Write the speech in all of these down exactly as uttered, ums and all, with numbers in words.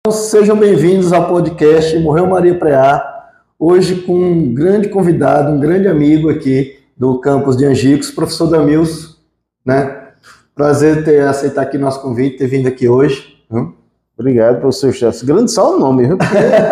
Sejam bem-vindos ao podcast Morreu Maria Preá, hoje com um grande convidado, um grande amigo aqui do campus de Angicos, professor Damilson, né? Prazer ter aceitar aqui nosso convite, ter vindo aqui hoje. Hum? Obrigado, professor Chefs. Grande só o nome, viu?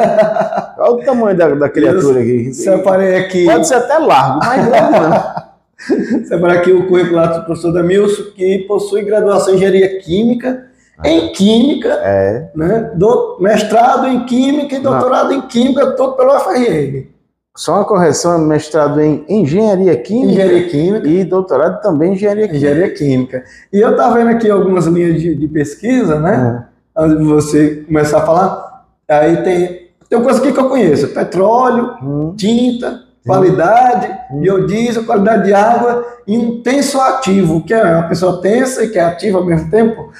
Olha o tamanho da, da criatura aqui. Separei aqui. Pode ser até largo, mas grande não. Separei aqui o currículo do professor Damilson, que possui graduação em Engenharia Química, em Química, é. né? Do, mestrado em Química e doutorado não. em Química, todo pelo F R N. Só uma correção, mestrado em Engenharia Química, Engenharia Química e doutorado também em Engenharia Química. Engenharia Química. E eu estava vendo aqui algumas linhas de, de pesquisa, né? É. Antes de você começar a falar, aí tem, tem uma coisa aqui que eu conheço, petróleo, hum. tinta, qualidade, hum. biodiesel, qualidade de água e um tensoativo, que é uma pessoa tensa e que é ativa ao mesmo tempo.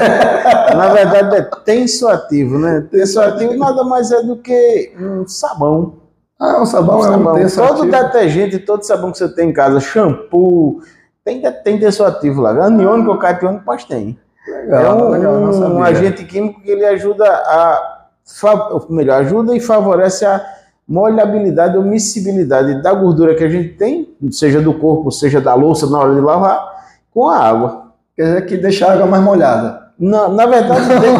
Na verdade é tensoativo, né? Tensoativo nada mais é do que um sabão. Ah, um sabão, um sabão. É um todo detergente, todo sabão que você tem em casa, shampoo, tem, tem tensoativo lá. Aniônico ou catiônico, mas tem. Legal, é um, legal, não sabia. um agente químico que ele ajuda a, melhor, ajuda e favorece a molhabilidade ou miscibilidade da gordura que a gente tem, seja do corpo, seja da louça na hora de lavar, com a água. Quer dizer que deixa a água mais molhada. Na, na verdade,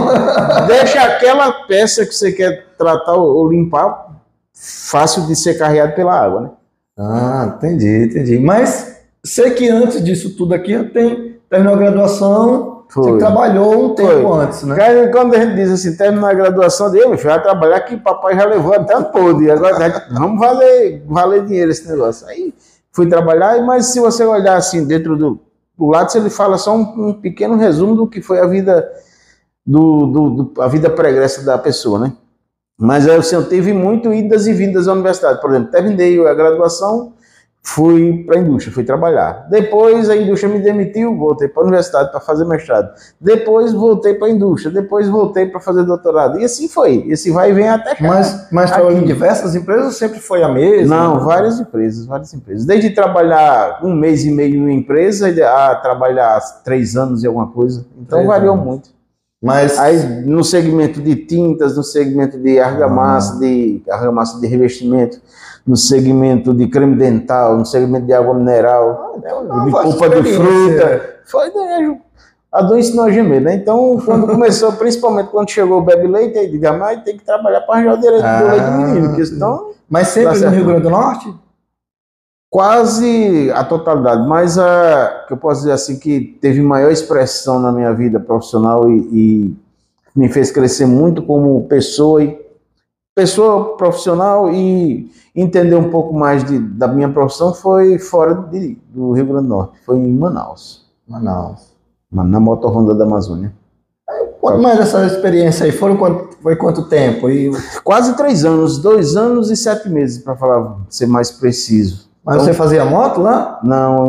deixa aquela peça que você quer tratar ou, ou limpar fácil de ser carregado pela água, né? Ah, entendi, entendi. Mas sei que antes disso tudo aqui tem, terminou a graduação, Foi. Você trabalhou um tempo Foi. antes, né? Cara, quando a gente diz assim, terminou a graduação dele, meu filho, vai trabalhar que papai já levou até um todo, e agora vamos valer, valer dinheiro esse negócio. Aí fui trabalhar, mas se você olhar assim dentro do, do lado, ele fala só um, um pequeno resumo do que foi a vida, do, do, do, a vida pregressa da pessoa, né? Mas assim, eu tive muito idas e vindas à universidade. Por exemplo, terminei a graduação, fui para a indústria, fui trabalhar. Depois a indústria me demitiu, voltei para a universidade para fazer mestrado. Depois voltei para a indústria, depois voltei para fazer doutorado. E assim foi, esse vai e vem até chegar. Mas, mas trabalhou em diversas empresas, sempre foi a mesma? Não, várias empresas, várias empresas. Desde trabalhar um mês e meio em uma empresa a trabalhar três anos em alguma coisa. Então três variou anos. muito. Mas aí no segmento de tintas, no segmento de argamassa, ah. de argamassa de revestimento, no segmento de creme dental, no segmento de água mineral, ah, então, de polpa de fruta, foi né, a dor ensinou a gemer, né? Então, quando começou, principalmente quando chegou o bebe leite, aí diga, mas tem que trabalhar para arranjar o direito ah. do leite do menino, porque senão... Mas sempre no Rio Grande do Norte? Quase a totalidade, mas a, que eu posso dizer assim, que teve maior expressão na minha vida profissional e, e me fez crescer muito como pessoa, e, pessoa profissional e entender um pouco mais de, da minha profissão foi fora de, do Rio Grande do Norte, foi em Manaus. Manaus. Na Motorronda da Amazônia. Mas essa experiência aí, foram quanto, foi quanto tempo? E... Quase três anos, dois anos e sete meses, para falar, ser mais preciso. Mas então, você fazia moto lá? Não.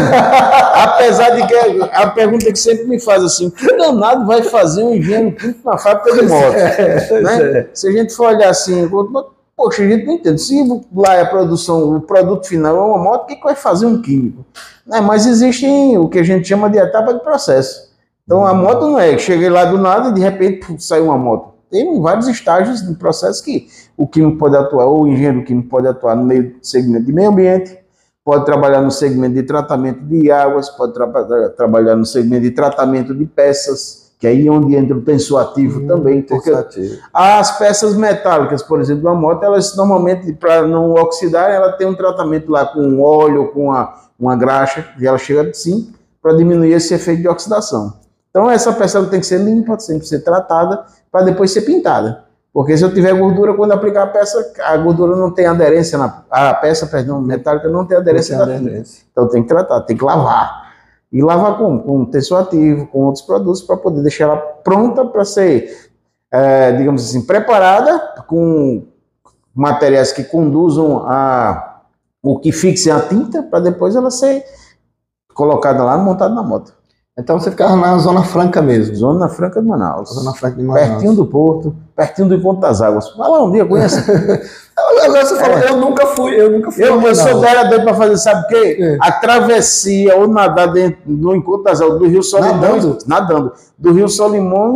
Apesar de que a pergunta que sempre me faz assim, que danado vai fazer um engenheiro químico na fábrica de moto? É, né? é. Se a gente for olhar assim, poxa, a gente não entende. Se lá é a produção, o produto final é uma moto, o que, que vai fazer um químico? É, mas existe o que a gente chama de etapa de processo. Então a moto não é, cheguei lá do nada e de repente puf, saiu uma moto. Tem vários estágios de processo que o químico pode atuar, ou o engenheiro químico pode atuar no meio do segmento de meio ambiente, pode trabalhar no segmento de tratamento de águas, pode tra trabalhar no segmento de tratamento de peças, que é aí onde entra o tensoativo hum, também. Porque tensoativo. As peças metálicas, por exemplo, da moto, elas normalmente, para não oxidar, ela tem um tratamento lá com óleo, com uma, uma graxa, e ela chega assim, para diminuir esse efeito de oxidação. Então essa peça tem que ser limpa, tem que ser tratada, para depois ser pintada. Porque se eu tiver gordura, quando aplicar a peça, a gordura não tem aderência, na, a peça, perdão, metálica não tem aderência não tem da aderência. tinta. Então tem que tratar, tem que lavar. E lavar com, com tensoativo, com outros produtos, para poder deixar ela pronta para ser, é, digamos assim, preparada com materiais que conduzam a o que fixem a tinta, para depois ela ser colocada lá, montada na moto. Então você ficava na Zona Franca mesmo? Zona Franca de Manaus. Zona Franca de Manaus. Pertinho do porto, pertinho do Encontro das Águas. Vai lá um dia, conhece. Agora você falou, é. eu nunca fui, eu nunca fui. Eu, eu sou dela doido para fazer, sabe o quê? É. A travessia ou nadar dentro do Encontro das Águas do Rio Solimões. Nadando? Nadando. Do Rio Solimões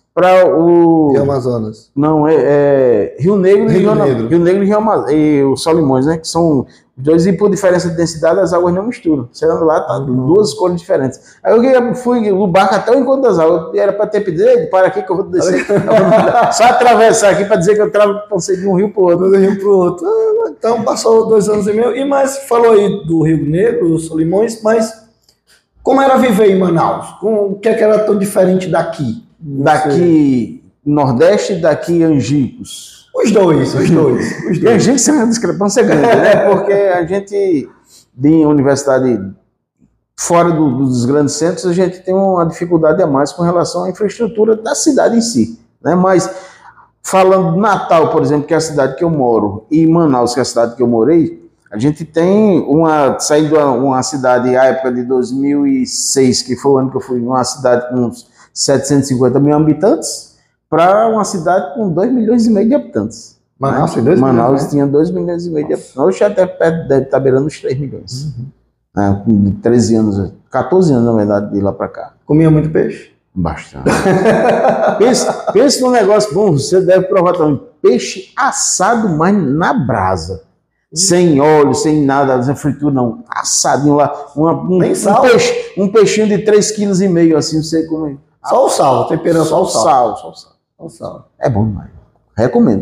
para o... Rio Amazonas. Não, é, é Rio Negro, Rio, Rio Negro. Rio Negro e Rio Amazonas, e o Solimões, né? Que são dois, e por diferença de densidade as águas não misturam. Você anda lá, tá uhum. duas cores diferentes. Aí eu fui no barco até o encontro das águas. Era para ter pedido, para aqui que eu vou descer. Só atravessar aqui para dizer que eu passei de um rio para o outro. De um rio para o outro. Ah, então passou dois anos e meio. E mais, falou aí do Rio Negro, do Solimões, mas como era viver em Manaus? O que, é que era tão diferente daqui? Daqui Nordeste e daqui Angicos. Os dois, os dois. Os dois. E Angicos é uma discrepância grande, né? Porque a gente, de universidade fora do, dos grandes centros, a gente tem uma dificuldade a mais com relação à infraestrutura da cidade em si, né? Mas falando de Natal, por exemplo, que é a cidade que eu moro, e Manaus, que é a cidade que eu morei, a gente tem uma, saindo uma, uma cidade, à época de dois mil e seis, que foi o ano que eu fui, uma cidade com uns setecentos e cinquenta mil habitantes, para uma cidade com dois milhões e meio de habitantes. Manaus, né? dois Manaus milhões, tinha dois milhões e meio de habitantes. Hoje até deve estar beirando os três milhões. Uhum. Né? Com treze anos, quatorze anos, na verdade, de lá para cá. Comia muito peixe? Bastante. Pense, pense num negócio bom, você deve provar também. Peixe assado, mas na brasa. Sem óleo, sem nada, sem fritura, não. Assadinho lá. Uma, um, um, peixe, um peixinho de três vírgula cinco quilos, assim, você come. Só o sal, temperando só o sal. Sal, só o sal. Só o sal. É bom demais. Recomendo.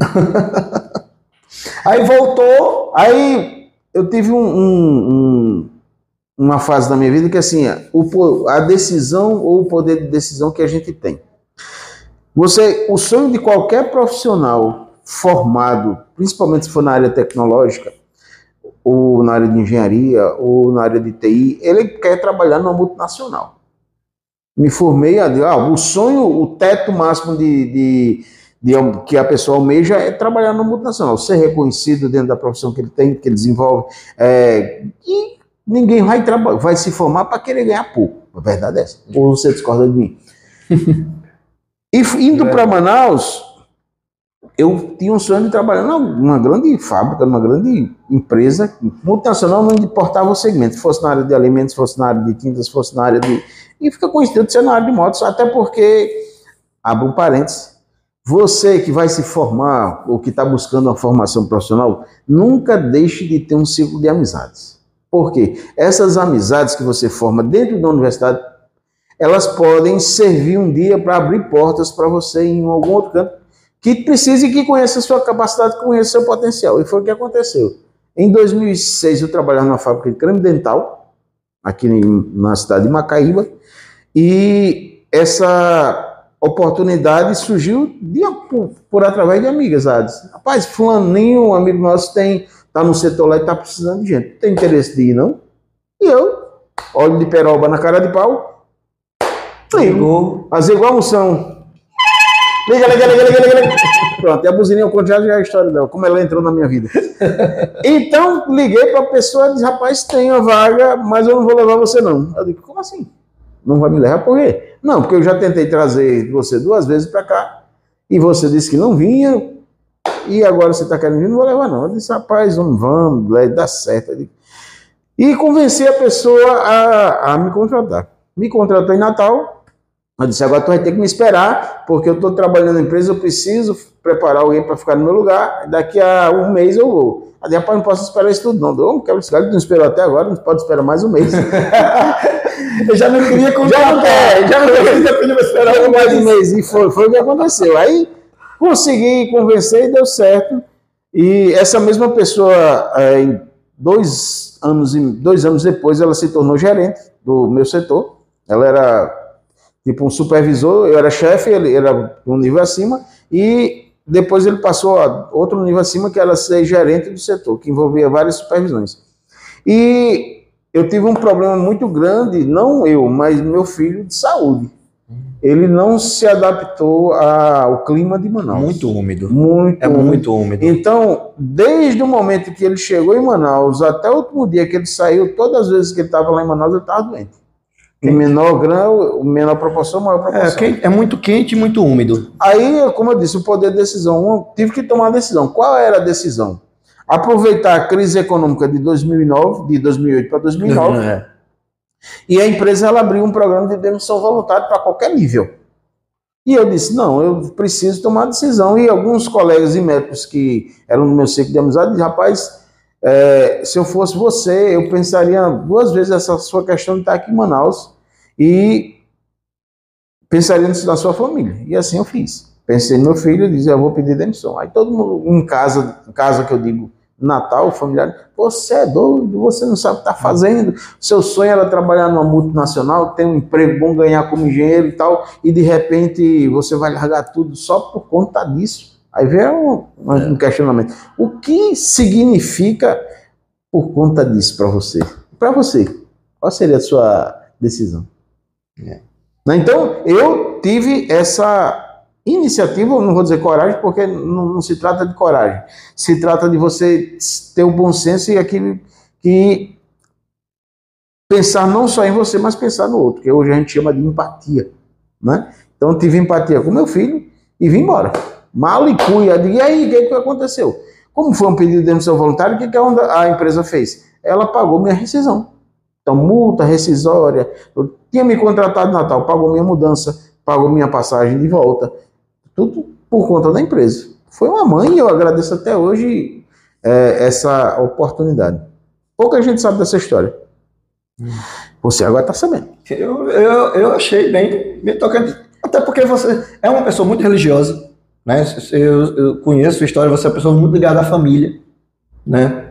Aí voltou. Aí eu tive um, um, um, uma fase da minha vida que assim, o, a decisão ou o poder de decisão que a gente tem. Você, o sonho de qualquer profissional formado, principalmente se for na área tecnológica, ou na área de engenharia, ou na área de T I, ele quer trabalhar numa multinacional. Me formei, ah, o sonho, o teto máximo de, de, de, que a pessoa almeja é trabalhar numa multinacional, ser reconhecido dentro da profissão que ele tem, que ele desenvolve, é, e ninguém vai, vai se formar para querer ganhar pouco. A verdade é essa. Ou você discorda de mim? E indo para Manaus, eu tinha um sonho de trabalhar numa grande fábrica, numa grande empresa multinacional, não importava o segmento, se fosse na área de alimentos, se fosse na área de tintas, se fosse na área de... E fica conhecido de ser na área de motos, até porque, abro um parênteses, você que vai se formar ou que está buscando uma formação profissional, nunca deixe de ter um ciclo de amizades. Por quê? Essas amizades que você forma dentro da universidade, elas podem servir um dia para abrir portas para você em algum outro canto, que precise que conheça a sua capacidade, conheça o seu potencial. E foi o que aconteceu. Em dois mil e seis, eu trabalhava na fábrica de creme dental, aqui na cidade de Macaíba, e essa oportunidade surgiu de, por, por através de amigas. Rapaz, fulaninho, um amigo nosso, tem, tá no setor lá e está precisando de gente. Tem interesse de ir, não? E eu, olho de peroba na cara de pau, ligo. Fazer igual a moção. Liga, liga, liga, liga, liga, liga. Pronto, e a buzininha ao contrário já é a história dela, como ela entrou na minha vida. Então, liguei para a pessoa e disse, rapaz, tem a vaga, mas eu não vou levar você não. Eu digo, como assim? Não vai me levar por quê? Não, porque eu já tentei trazer você duas vezes para cá, e você disse que não vinha, e agora você está querendo vir, não vou levar não. Eu disse, rapaz, vamos, vamos, dá certo. Digo, e convenci a pessoa a, a me contratar. Me contratou em Natal. Eu disse, agora tu vai ter que me esperar, porque eu estou trabalhando na empresa, eu preciso preparar alguém para ficar no meu lugar, daqui a um mês eu vou. Aí, rapaz, não posso esperar isso tudo, não. Eu não quero esperar, não esperou até agora, não pode esperar mais um mês. Eu já não queria contratar. Já não quer, já não queria, queria esperar mais um mês. E foi, foi o que aconteceu. Aí consegui convencer e deu certo. E essa mesma pessoa, é, em dois anos, dois anos depois, ela se tornou gerente do meu setor. Ela era tipo um supervisor, eu era chefe, ele era um nível acima, e depois ele passou a outro nível acima, que era ser gerente do setor, que envolvia várias supervisões. E eu tive um problema muito grande, não eu, mas meu filho, de saúde. Ele não se adaptou ao clima de Manaus. Muito úmido. Muito é úmido. muito úmido. Então, desde o momento que ele chegou em Manaus, até o último dia que ele saiu, todas as vezes que ele estava lá em Manaus, ele estava doente. Em menor grau, menor proporção, maior proporção. É, quente, é muito quente e muito úmido. Aí, como eu disse, o poder de decisão, eu tive que tomar uma decisão. Qual era a decisão? Aproveitar a crise econômica de dois mil e nove, de dois mil e oito para dois mil e nove, é. E a empresa ela abriu um programa de demissão voluntária para qualquer nível. E eu disse, não, eu preciso tomar decisão. E alguns colegas e médicos que eram no meu ciclo de amizade, dizem, rapaz, é, se eu fosse você, eu pensaria duas vezes essa sua questão de estar aqui em Manaus e pensaria na sua família. E assim eu fiz. Pensei no meu filho e disse, eu vou pedir demissão. Aí todo mundo, em casa, em casa que eu digo, Natal, familiar, você é doido, você não sabe o que está fazendo, seu sonho era trabalhar numa multinacional, ter um emprego bom, ganhar como engenheiro e tal, e de repente você vai largar tudo só por conta disso. Aí vem um, um questionamento. O que significa por conta disso para você? Para você, qual seria a sua decisão? É. Então, eu tive essa iniciativa, não vou dizer coragem, porque não, não se trata de coragem. Se trata de você ter o bom senso e aquilo que pensar não só em você, mas pensar no outro, que hoje a gente chama de empatia, né? Então, eu tive empatia com meu filho e vim embora. Mal e cuia. E aí, o que, que aconteceu? Como foi um pedido de demissão voluntária, o que, que a empresa fez? Ela pagou minha rescisão. Então, multa rescisória. Eu tinha me contratado no Natal, pagou minha mudança, pagou minha passagem de volta. Tudo por conta da empresa. Foi uma mãe e eu agradeço até hoje é, essa oportunidade. Pouca gente sabe dessa história. Hum. Você agora está sabendo. Eu, eu, eu achei bem, bem tocante. Até porque você é uma pessoa muito religiosa, né? Eu, eu conheço a história, você é uma pessoa muito ligada à família, né?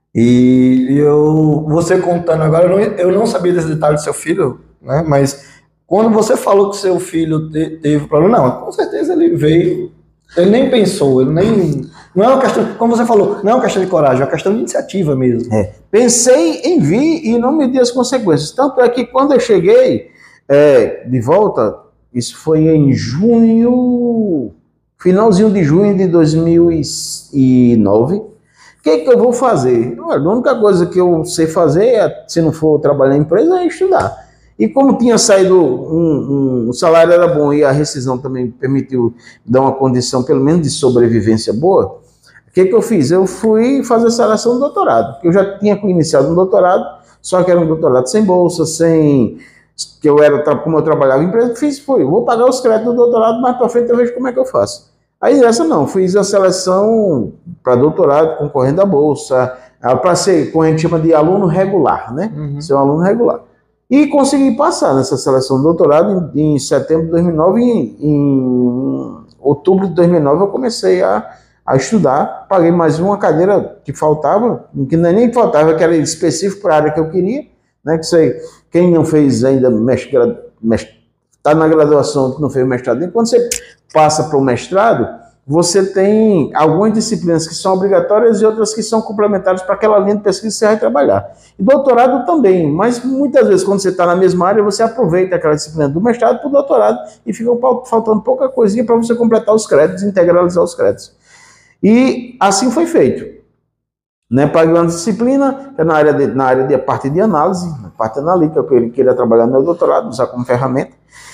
E eu, você contando agora, eu não, eu não sabia desse detalhe do seu filho, né? Mas quando você falou que seu filho te, teve problema, não, com certeza ele veio, ele nem pensou, ele nem, não é uma questão, como você falou, não é uma questão de coragem, é uma questão de iniciativa mesmo. É. Pensei em vir e não medi as consequências, tanto é que quando eu cheguei é, de volta, isso foi em junho, finalzinho de junho de dois mil e nove, o que, que eu vou fazer? Olha, a única coisa que eu sei fazer, é, se não for trabalhar em empresa, é estudar. E como tinha saído, um, um, o salário era bom e a rescisão também permitiu dar uma condição, pelo menos, de sobrevivência boa, o que, que eu fiz? Eu fui fazer a seleção do doutorado, porque eu já tinha iniciado um doutorado, só que era um doutorado sem bolsa, sem... que eu era, como eu trabalhava em empresa, fiz, foi, vou pagar os créditos do doutorado, mas para frente eu vejo como é que eu faço. Aí essa não, fiz a seleção para doutorado, concorrendo à bolsa, para ser, como a gente chama de aluno regular, né? Uhum. Ser um aluno regular. E consegui passar nessa seleção de doutorado em, em setembro de dois mil e nove, em, em outubro de dois mil e nove eu comecei a, a estudar, paguei mais uma cadeira que faltava, que não é nem que faltava, que era específico para a área que eu queria, né? Que sei, quem não fez ainda mestrado, está na graduação, que não fez mestrado, e quando você passa para o mestrado, você tem algumas disciplinas que são obrigatórias e outras que são complementares para aquela linha de pesquisa que você vai trabalhar. E doutorado também, mas muitas vezes quando você está na mesma área, você aproveita aquela disciplina do mestrado para o doutorado e fica faltando pouca coisinha para você completar os créditos, integralizar os créditos. E assim foi feito. Né, paguei uma disciplina, que é na área de, na área de parte de análise, na parte analítica, que eu queria trabalhar no meu doutorado, usar como ferramenta.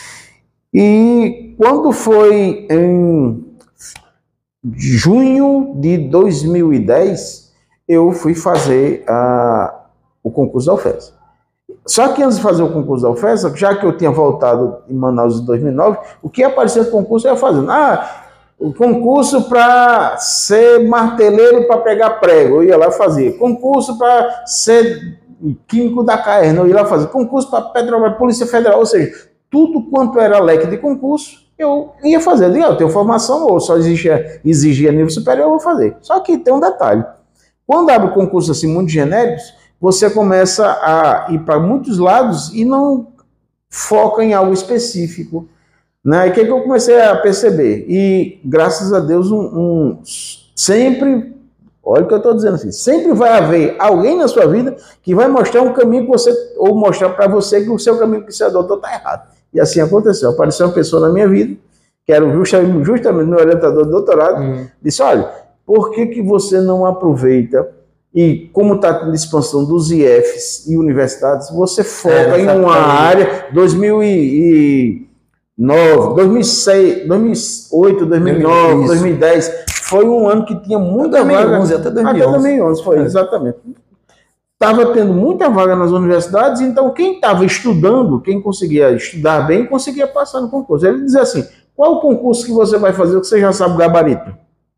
E quando foi em junho de dois mil e dez, eu fui fazer a, o concurso da UFES. Só que antes de fazer o concurso da UFES, já que eu tinha voltado em Manaus em dois mil e nove, o que aparecia no concurso eu ia fazendo. Ah, o concurso para ser marteleiro para pegar prego, eu ia lá fazer. Concurso para ser químico da C A E R N, eu ia lá fazer. Concurso para Petrobras, Polícia Federal, ou seja, tudo quanto era leque de concurso, eu ia fazer. Eu, eu tenho formação, ou só exigia, exigia nível superior, eu vou fazer. Só que tem um detalhe. Quando abre concursos assim muito genéricos, você começa a ir para muitos lados e não foca em algo específico. Né? E o que, que eu comecei a perceber? E, graças a Deus, um, um, sempre, olha o que eu estou dizendo assim, sempre vai haver alguém na sua vida que vai mostrar um caminho que você, ou mostrar para você que o seu caminho que você adotou está errado. E assim aconteceu. Apareceu uma pessoa na minha vida, que era justamente, justamente meu orientador de doutorado, hum. disse, olha, por que, que você não aproveita e como está tendo expansão dos I Fs e universidades, você foca é, em uma área, dois mil e nove, dois mil e seis, dois mil e oito, dois mil e nove, isso. dois mil e dez, foi um ano que tinha muita até vaga. dois mil e onze, até dois mil e onze. Até dois mil e onze, foi, é. exatamente. Estava tendo muita vaga nas universidades, então quem estava estudando, quem conseguia estudar bem, conseguia passar no concurso. Ele dizia assim, qual o concurso que você vai fazer que você já sabe o gabarito?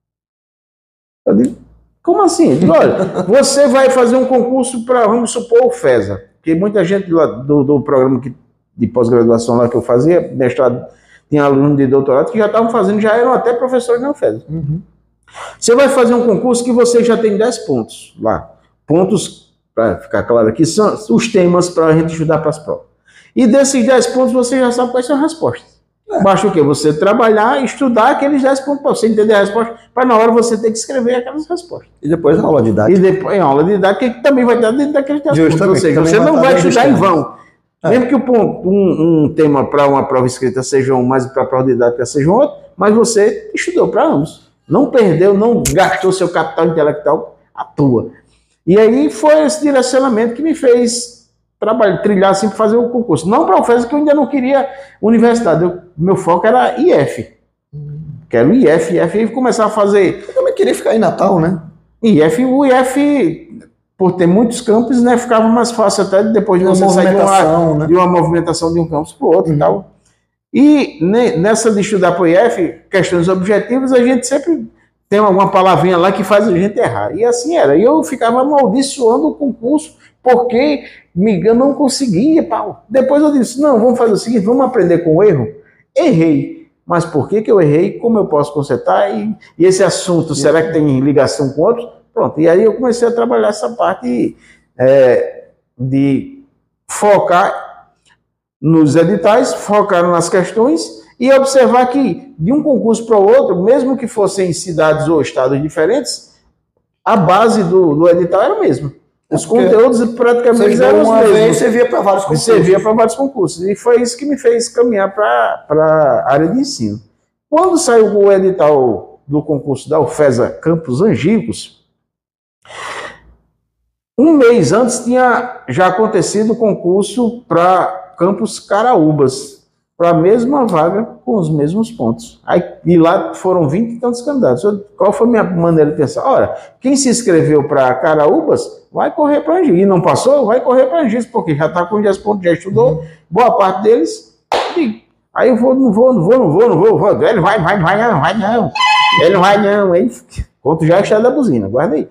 Eu digo, como assim? Eu digo, olha, você vai fazer um concurso para, vamos supor, o FESA, porque muita gente lá do, do programa que, de pós-graduação lá que eu fazia, mestrado, tinha aluno de doutorado que já estavam fazendo, já eram até professores na FESA. Uhum. Você vai fazer um concurso que você já tem dez pontos lá. Pontos, para ficar claro aqui, são os temas para a gente estudar para as provas. E desses dez pontos você já sabe quais são as respostas. É. Basta o quê? Você trabalhar e estudar aqueles dez pontos para você entender a resposta, para na hora você ter que escrever aquelas respostas. E depois a aula didática. E depois a aula didática que também vai estar dentro daqueles dez pontos. Ou seja, você não vai estudar em vão. É. Mesmo que o ponto, um, um tema para uma prova escrita seja um, mas para a prova didática seja um outro, mas você estudou para ambos. Não perdeu, não gastou seu capital intelectual à toa. E aí foi esse direcionamento que me fez trabalhar, trilhar assim para fazer o concurso. Não para o FESA, que eu ainda não queria universidade. Eu, meu foco era I F. Quero I F, I F, e começar a fazer... Eu também queria ficar em Natal, né? I F, o I F, por ter muitos campos, né, ficava mais fácil até depois de você sair de uma, né? de uma movimentação de um campus para o outro, uhum. e tal. E nessa de estudar para o I F, questões objetivas, a gente sempre tem alguma palavrinha lá que faz a gente errar. E assim era. E eu ficava amaldiçoando o concurso porque eu não conseguia. Pau. Depois eu disse, não, vamos fazer o seguinte, vamos aprender com o erro. Errei. Mas por que que eu errei? Como eu posso consertar? E, e esse assunto, será que tem ligação com outros? Pronto. E aí eu comecei a trabalhar essa parte é, de focar nos editais, focar nas questões e observar que de um concurso para o outro, mesmo que fossem cidades ou estados diferentes, a base do, do edital era a mesma. Os é conteúdos praticamente eram os mesmos. Vez, você via para vários concursos. Você via para vários concursos. E foi isso que me fez caminhar para a área de ensino. Quando saiu o edital do concurso da UFESA Campos Angicos, um mês antes tinha já acontecido o concurso para Campus Caraúbas, para a mesma vaga com os mesmos pontos. Aí, e lá foram vinte e tantos candidatos. Qual foi a minha maneira de pensar? Ora, quem se inscreveu para Caraúbas vai correr para Angicos. E não passou, vai correr para Angicos, porque já está com dez pontos, já estudou, boa parte deles. E aí eu vou, não vou, não vou, não vou, não vou, vou. Ele vai, vai, vai, não, vai não. Ele não vai não. Ele, quanto já está da buzina, guarda aí.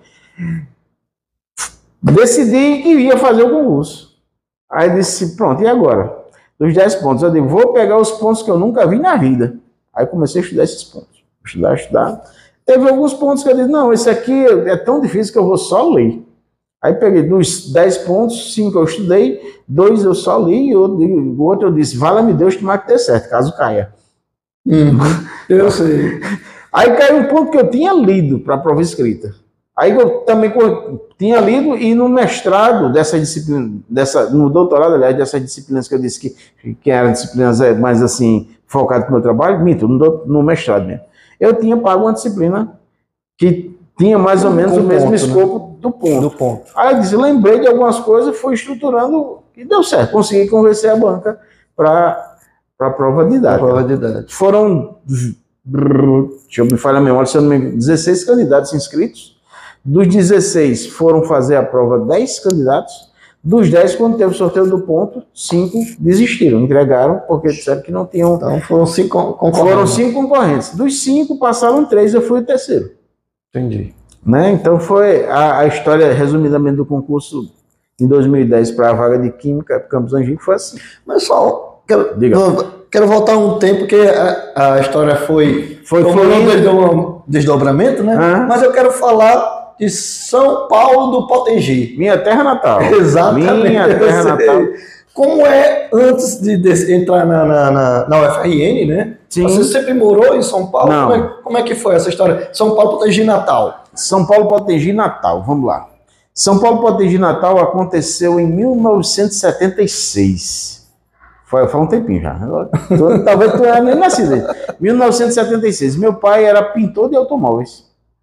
Decidi que ia fazer o concurso. Aí disse, pronto, e agora? Dos dez pontos, eu digo, vou pegar os pontos que eu nunca vi na vida. Aí comecei a estudar esses pontos. Estudar, estudar. Teve alguns pontos que eu disse, não, esse aqui é tão difícil que eu vou só ler. Aí peguei dos dez pontos, cinco eu estudei, dois eu só li, e o outro eu disse, vala-me Deus, tomar que dê certo, caso caia. Hum, eu sei. Aí caiu um ponto que eu tinha lido para a prova escrita. Aí eu também tinha lido, e no mestrado dessa disciplina, dessa, no doutorado, aliás, dessas disciplinas que eu disse que, que eram disciplinas mais assim, focadas no meu trabalho, minto, no, no mestrado mesmo. Eu tinha pago uma disciplina que tinha mais ou menos Com o mesmo ponto, escopo, né? do, ponto. do ponto. Aí eu disse, lembrei de algumas coisas, fui estruturando e deu certo. Consegui convencer a banca para a prova didática. Prova didática. Foram, deixa eu me falhar a memória, se eu não me engano, dezesseis candidatos inscritos. Dos dezesseis foram fazer a prova dez candidatos. Dos dez, quando teve o sorteio do ponto, cinco desistiram, entregaram, porque disseram que não tinham... Então foram cinco concorrentes. Foram cinco concorrentes. Dos cinco, passaram três, eu fui o terceiro. Entendi. Né? Então foi a, a história, resumidamente, do concurso em dois mil e dez para a vaga de Química Campos Angicos foi assim. Mas só, quero, Diga. quero voltar um tempo, que a, a história foi... Foi, foi um desdobramento, né? Ah. Mas eu quero falar de São Paulo do Potengi. Minha terra natal. Exatamente. Minha terra natal. Como é, antes de, de entrar na, na, na, na U F R N, né? Sim. Você sempre morou em São Paulo? Não. Como é, como é que foi essa história? São Paulo, Potengi, Natal. São Paulo, Potengi, Natal. Vamos lá. São Paulo, Potengi, Natal aconteceu em mil novecentos e setenta e seis. Foi, foi um tempinho já. Tu, talvez tu era nem nascido aí. mil novecentos e setenta e seis. Meu pai era pintor de automóveis.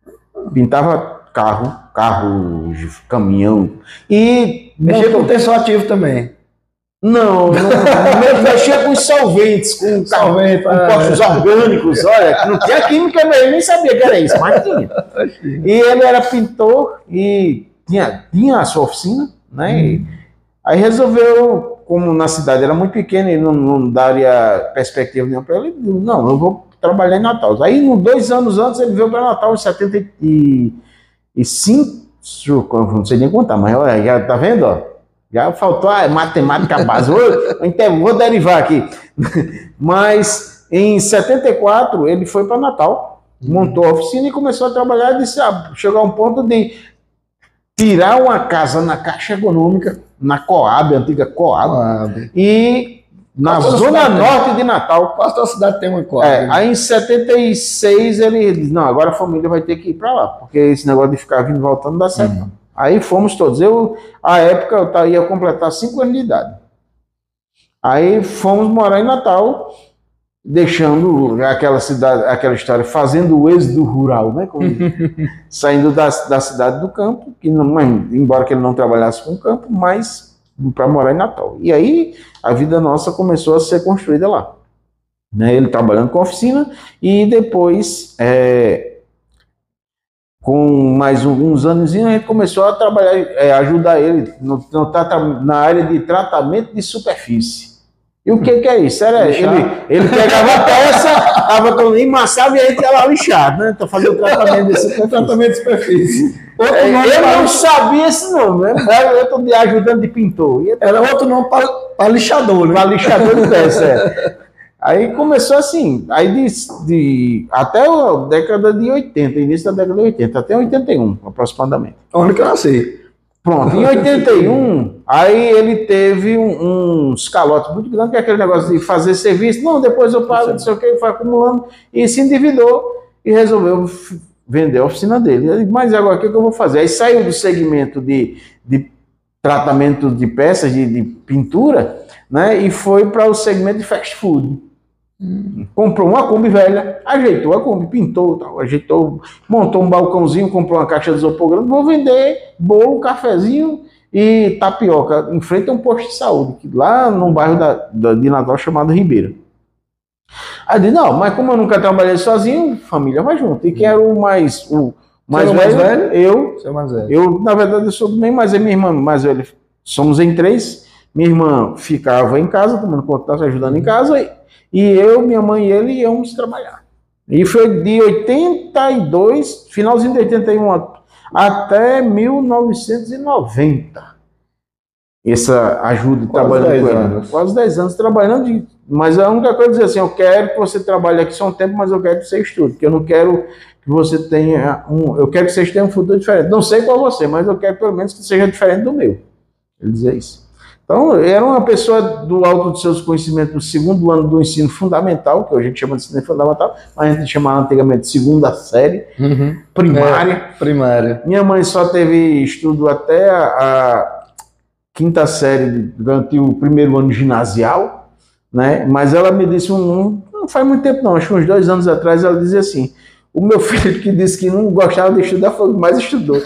Pintava carro, carro, caminhão. E mexia com tensão ativo também. Não, não mexia com solventes, com, Solvente, com compostos é. orgânicos. Olha, não tinha química, eu nem sabia que era isso, mas tinha. E ele era pintor e tinha, tinha a sua oficina, né? Hum. Aí resolveu, como na cidade era muito pequena e não, não daria perspectiva nenhuma para ele, ele disse, não, eu vou trabalhar em Natal. Aí, dois anos antes, ele veio para Natal, em setenta e cinco, não sei nem contar, mas olha, já tá vendo, ó? Já faltou a matemática básica, vou, vou derivar aqui. Mas em setenta e quatro ele foi para Natal, montou a oficina e começou a trabalhar, e disse, ah, chegou a um ponto de tirar uma casa na Caixa Econômica, na Coab, a antiga Coab, Coab. e na Qual zona norte tem? de Natal. Qual cidade tem uma Coab? É, aí em setenta e seis ele disse, não, agora a família vai ter que ir para lá, porque esse negócio de ficar vindo e voltando não dá certo. Uhum. Aí fomos todos. Eu, à época, eu ia completar cinco anos de idade. Aí fomos morar em Natal, deixando aquela cidade, aquela história, fazendo o êxodo rural, né? Como, saindo da, da cidade do campo, que não, embora que ele não trabalhasse com o campo, mas para morar em Natal. E aí a vida nossa começou a ser construída lá. Né? Ele trabalhando com a oficina e depois... É, com mais alguns anos, a gente começou a trabalhar, é, ajudar ele no, no, na área de tratamento de superfície. E o que, que é isso? Era, ele, ele pegava a peça, estava emmaçava e a gente estava lixado, né? Então fazia o tratamento de superfície. tratamento de superfície. É, eu para... não sabia esse nome, né? Era outro de ajudante de pintor. Era outro nome para lixador, né? Para lixador de peça, é. Aí começou assim, aí de, de, até a década de oitenta, início da década de oitenta, até oitenta e um, aproximadamente. Onde que eu nasci? Pronto, em oitenta e um, aí ele teve um, uns calotes muito grandes, que é aquele negócio de fazer serviço, não, depois eu pago, não sei o que, foi acumulando, e se endividou e resolveu vender a oficina dele. Ele, mas agora o que eu vou fazer? Aí saiu do segmento de, de tratamento de peças, de, de pintura, né, e foi para o segmento de fast food. Hum. Comprou uma Kombi velha, ajeitou a Kombi, pintou, tal, ajeitou, montou um balcãozinho, comprou uma caixa de isopor grande, vou vender bolo, cafezinho e tapioca em frente a um posto de saúde, lá num bairro da, da, de Natal chamado Ribeira. Aí eu disse, não, mas como eu nunca trabalhei sozinho, família vai junto. E quem era o mais, o mais, velho, mais velho? Eu. Você é mais velho. Eu, na verdade, eu sou bem mais velho, minha irmã mais velha. Somos em três. Minha irmã ficava em casa, tomando conta, ajudando em casa, e, e eu, minha mãe e ele íamos trabalhar. E foi de oitenta e dois, finalzinho de oitenta e um até mil novecentos e noventa. Essa ajuda trabalhando com ela. Quase dez anos trabalhando, de, mas a única coisa é dizer assim, eu quero que você trabalhe aqui só um tempo, mas eu quero que você estude, porque eu não quero que você tenha um, eu quero que vocês tenham um futuro diferente. Não sei qual você, mas eu quero pelo menos que seja diferente do meu. Ele dizia isso. Então, era uma pessoa do alto dos seus conhecimentos do segundo ano do ensino fundamental, que hoje a gente chama de ensino fundamental, mas a gente chamava antigamente de segunda série, uhum. primária. É, primária. Minha mãe só teve estudo até a, a quinta série durante o primeiro ano ginasial, né? Mas ela me disse, um, não faz muito tempo não, acho que uns dois anos atrás, ela dizia assim, o meu filho que disse que não gostava de estudar foi o que mais estudou.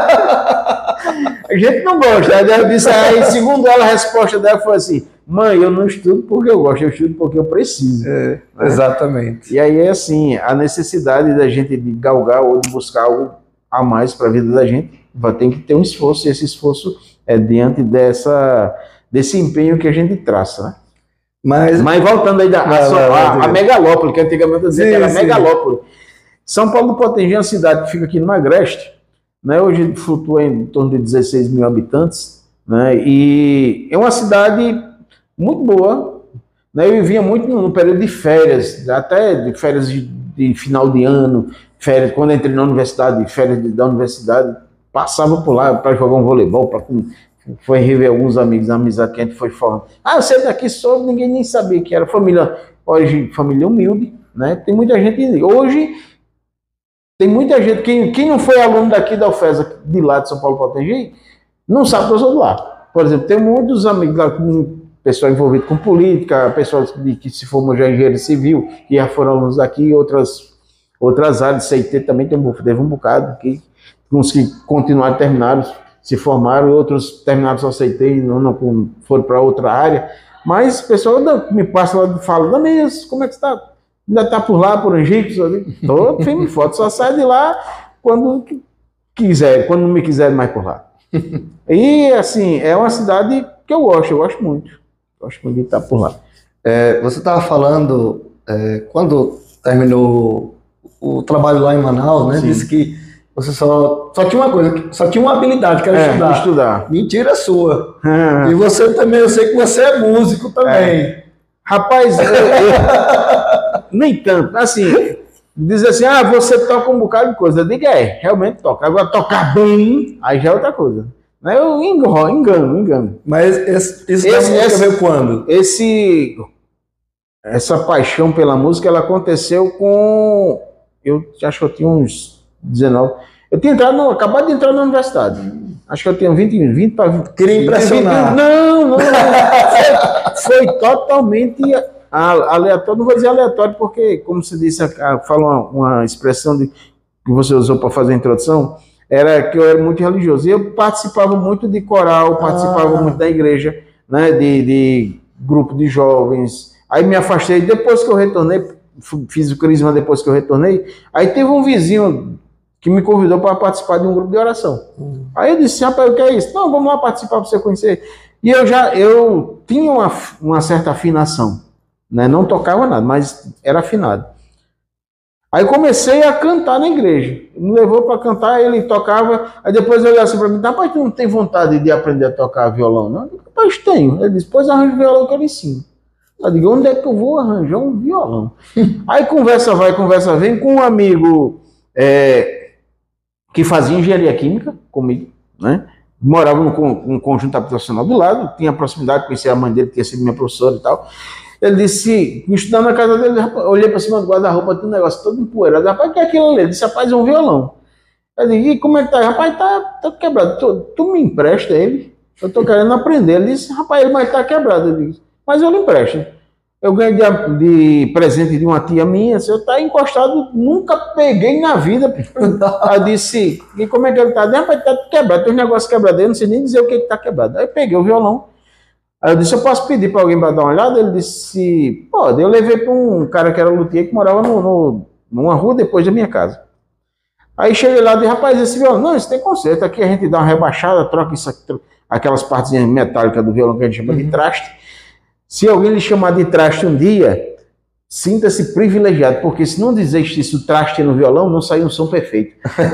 A gente não gosta. Ela disse, aí, segundo ela, a resposta dela foi assim, mãe, eu não estudo porque eu gosto, eu estudo porque eu preciso. É, né? Exatamente. E aí é assim, a necessidade da gente de galgar ou de buscar algo a mais para a vida da gente, vai ter que ter um esforço, e esse esforço é diante dessa, desse empenho que a gente traça, né? Mas, Mas voltando aí da a, a, a megalópole, que antigamente eu dizia sim, que era sim. megalópole. São Paulo do Potengi é uma cidade que fica aqui no Agreste, né? Hoje flutua em torno de dezesseis mil habitantes, né? E é uma cidade muito boa, né? Eu vivia muito no, no período de férias, até de férias de, de final de ano, férias, quando eu entrei na universidade, férias de, da universidade, passava por lá para jogar um voleibol, para foi rever alguns amigos, a amizade que a gente foi formando. Ah, você daqui sou, ninguém nem sabia que era família, hoje família humilde, né? Tem muita gente, hoje tem muita gente, quem, quem não foi aluno daqui da U F E S, de lá de São Paulo Potengi, não sabe que eu sou de lá. Por exemplo, tem muitos amigos lá, pessoal envolvido com política, pessoas que, que se formam já em engenharia civil, que já foram alunos daqui, outras, outras áreas, C I T também tem, teve um bocado, que, uns que continuaram, terminaram, se formaram, outros terminaram só C I T e não, não foram para outra área. Mas o pessoal me passa lá e fala, Damias, como é que você está? Ainda está por lá, por Egito? Estou firme e forte, só sai de lá quando quiser, quando não me quiser mais por lá. E assim, é uma cidade que eu gosto, eu gosto muito. Gosto muito de estar por lá. É, você estava falando, é, quando terminou o trabalho lá em Manaus, né? Sim. Disse que você só, só tinha uma coisa, só tinha uma habilidade, que era é, estudar. estudar. Mentira sua. É. E você também, eu sei que você é músico também. É. Rapaz, eu, eu, nem tanto. Assim, diz assim, ah, você toca um bocado de coisa. Eu digo, é, realmente toca. Agora, tocar bem, aí já é outra coisa. Eu engano, engano, engano. Mas esse, esse, esse, esse veio quando? Esse, essa paixão pela música, ela aconteceu com... Eu acho que eu tinha uns dezenove. Eu tinha entrado, no, acabado de entrar na universidade. Acho que eu tinha vinte, vinte para vinte. Queria impressionar. vinte, não, não, não. Foi, foi totalmente aleatório. Não vou dizer aleatório, porque, como você disse, fala uma, uma expressão de, que você usou para fazer a introdução, era que eu era muito religioso. E eu participava muito de coral, participava ah. muito da igreja, né, de, de grupo de jovens. Aí me afastei. Depois que eu retornei, fiz o crisma depois que eu retornei, aí teve um vizinho que me convidou para participar de um grupo de oração. Uhum. Aí eu disse, rapaz, o que é isso? Não, vamos lá participar para você conhecer. E eu já, eu tinha uma, uma certa afinação, né? Não tocava nada, mas era afinado. Aí comecei a cantar na igreja. Me levou para cantar, ele tocava, aí depois eu olhei assim para mim, rapaz, tu não tem vontade de aprender a tocar violão, não? Eu disse, rapaz, tenho. Ele disse, pois arranja o violão que eu lhe ensino. Eu digo, onde é que eu vou arranjar um violão? Aí conversa vai, conversa vem, com um amigo é, que fazia engenharia química comigo, né? Morava num conjunto habitacional do lado, tinha proximidade, conhecia a mãe dele, que tinha sido minha professora e tal. Ele disse, estudando na casa dele, rapaz, olhei para cima do guarda-roupa, tinha um negócio todo empoeirado. Rapaz, o que é aquilo ali? Ele disse, rapaz, é um violão. Eu disse, e como é que tá? Rapaz, tá, tá quebrado. Tu, tu me empresta ele? Eu tô querendo aprender. Ele disse, rapaz, mas tá quebrado. Eu disse, mas eu lhe empresto. Eu ganhei de, de presente de uma tia minha, se eu tá encostado, nunca peguei na vida. Eu disse, e como é que ele tá? Rapaz, tá quebrado, tem um negócio quebrado, eu não sei nem dizer o que que tá quebrado. Aí eu peguei o violão, aí eu disse, eu posso pedir para alguém para dar uma olhada? Ele disse, pode. Eu levei para um cara que era luthier, que morava no, no, numa rua depois da minha casa. Aí cheguei lá e disse, rapaz, esse violão, não, isso tem conserto, aqui a gente dá uma rebaixada, troca isso aqui, aquelas partezinhas metálicas do violão que a gente chama uhum. de traste. Se alguém lhe chamar de traste um dia, sinta-se privilegiado, porque se não existisse o traste no violão, não saía um som perfeito.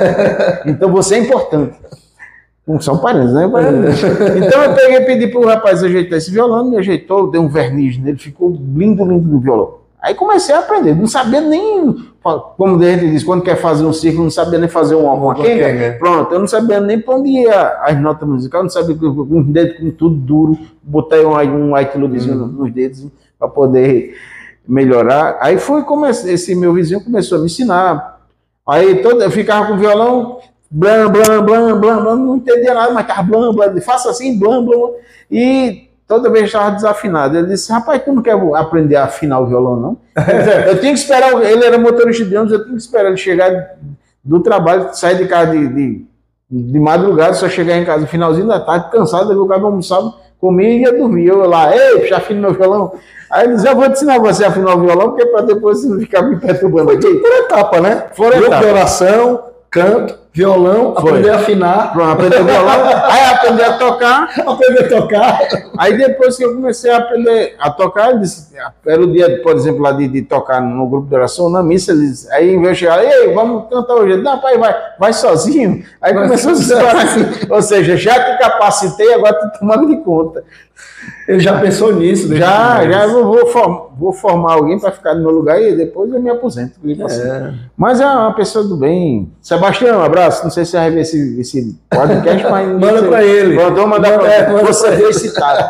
Então você é importante. Não são parentes, né? Então eu peguei e pedi para o rapaz ajeitar esse violão, me ajeitou, dei um verniz nele, ficou lindo, lindo no violão. Aí comecei a aprender, não sabia nem, como a gente diz, quando quer fazer um círculo, não sabia nem fazer uma, uma quenga. Pronto, eu não sabia nem para onde ia as notas musicais, não sabia, com os dedos com tudo duro, botei um, um white ludezinho hum. nos dedos para poder melhorar. Aí foi, comecei, esse meu vizinho começou a me ensinar. Aí todo, eu ficava com o violão, blam, blam, blam, blam, blam, não entendia nada, mas estava blam, blam, faça assim, blam, blam, e toda vez estava desafinado. Ele disse, rapaz, tu não quer aprender a afinar o violão, não? Eu tinha que esperar, ele era motorista de ônibus, eu tinha que esperar ele chegar do trabalho, sair de casa de, de, de madrugada, só chegar em casa no finalzinho da tarde, cansado, eu ficava almoçado, comia e ia dormir. Eu lá, ei, já afino meu violão. Aí ele disse, eu vou te ensinar você a afinar o violão, porque para depois você não ficar me perturbando aqui. Foi por etapa, né? Fora etapa. Oração, canto, violão, foi. Aprender a afinar. Pronto, aprender a violão, aí aprender a tocar. Aprender a tocar. Aí depois que eu comecei a aprender a tocar, eu disse, era o dia, por exemplo, lá de, de tocar no grupo de oração, na missa, eles, aí em vez de chegar, ei, vamos cantar hoje. Não, pai, vai, vai sozinho. Aí vai começou a se disparar assim. Ou seja, já te capacitei, agora tu tomando de conta. Ele já pensou nisso? Já, já eu vou, form, vou formar alguém para ficar no meu lugar e depois eu me aposento. É. Mas é uma pessoa do bem. Sebastião, um abraço. Não sei se você vai ver esse, esse podcast, mas... Manda para ele. Vou mandar para ele. É, você veio citado.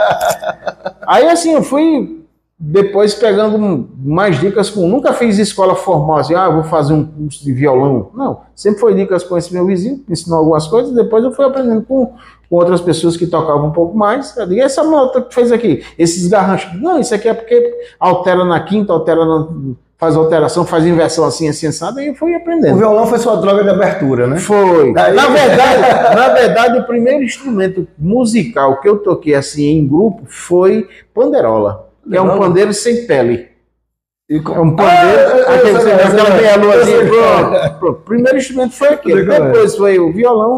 Aí assim, eu fui depois pegando mais dicas com... Nunca fiz escola formal, assim, ah, vou fazer um curso de violão. Não, sempre foi dicas com esse meu vizinho, me ensinou algumas coisas, depois eu fui aprendendo com... com outras pessoas que tocavam um pouco mais. Eu digo, essa nota que fez aqui, esses garranchos. Não, isso aqui é porque altera na quinta, altera na, faz alteração, faz inversão assim, assim, assado, e eu fui aprendendo. O violão foi sua droga de abertura, né? Foi. Daí... Na verdade, na verdade, o primeiro instrumento musical que eu toquei assim em grupo foi panderola, que é um pandeiro sem pele. E com... É um pandeiro, ah, aquele, aquela meia-luazinha. Pronto. Primeiro instrumento foi aquele. Depois foi o violão.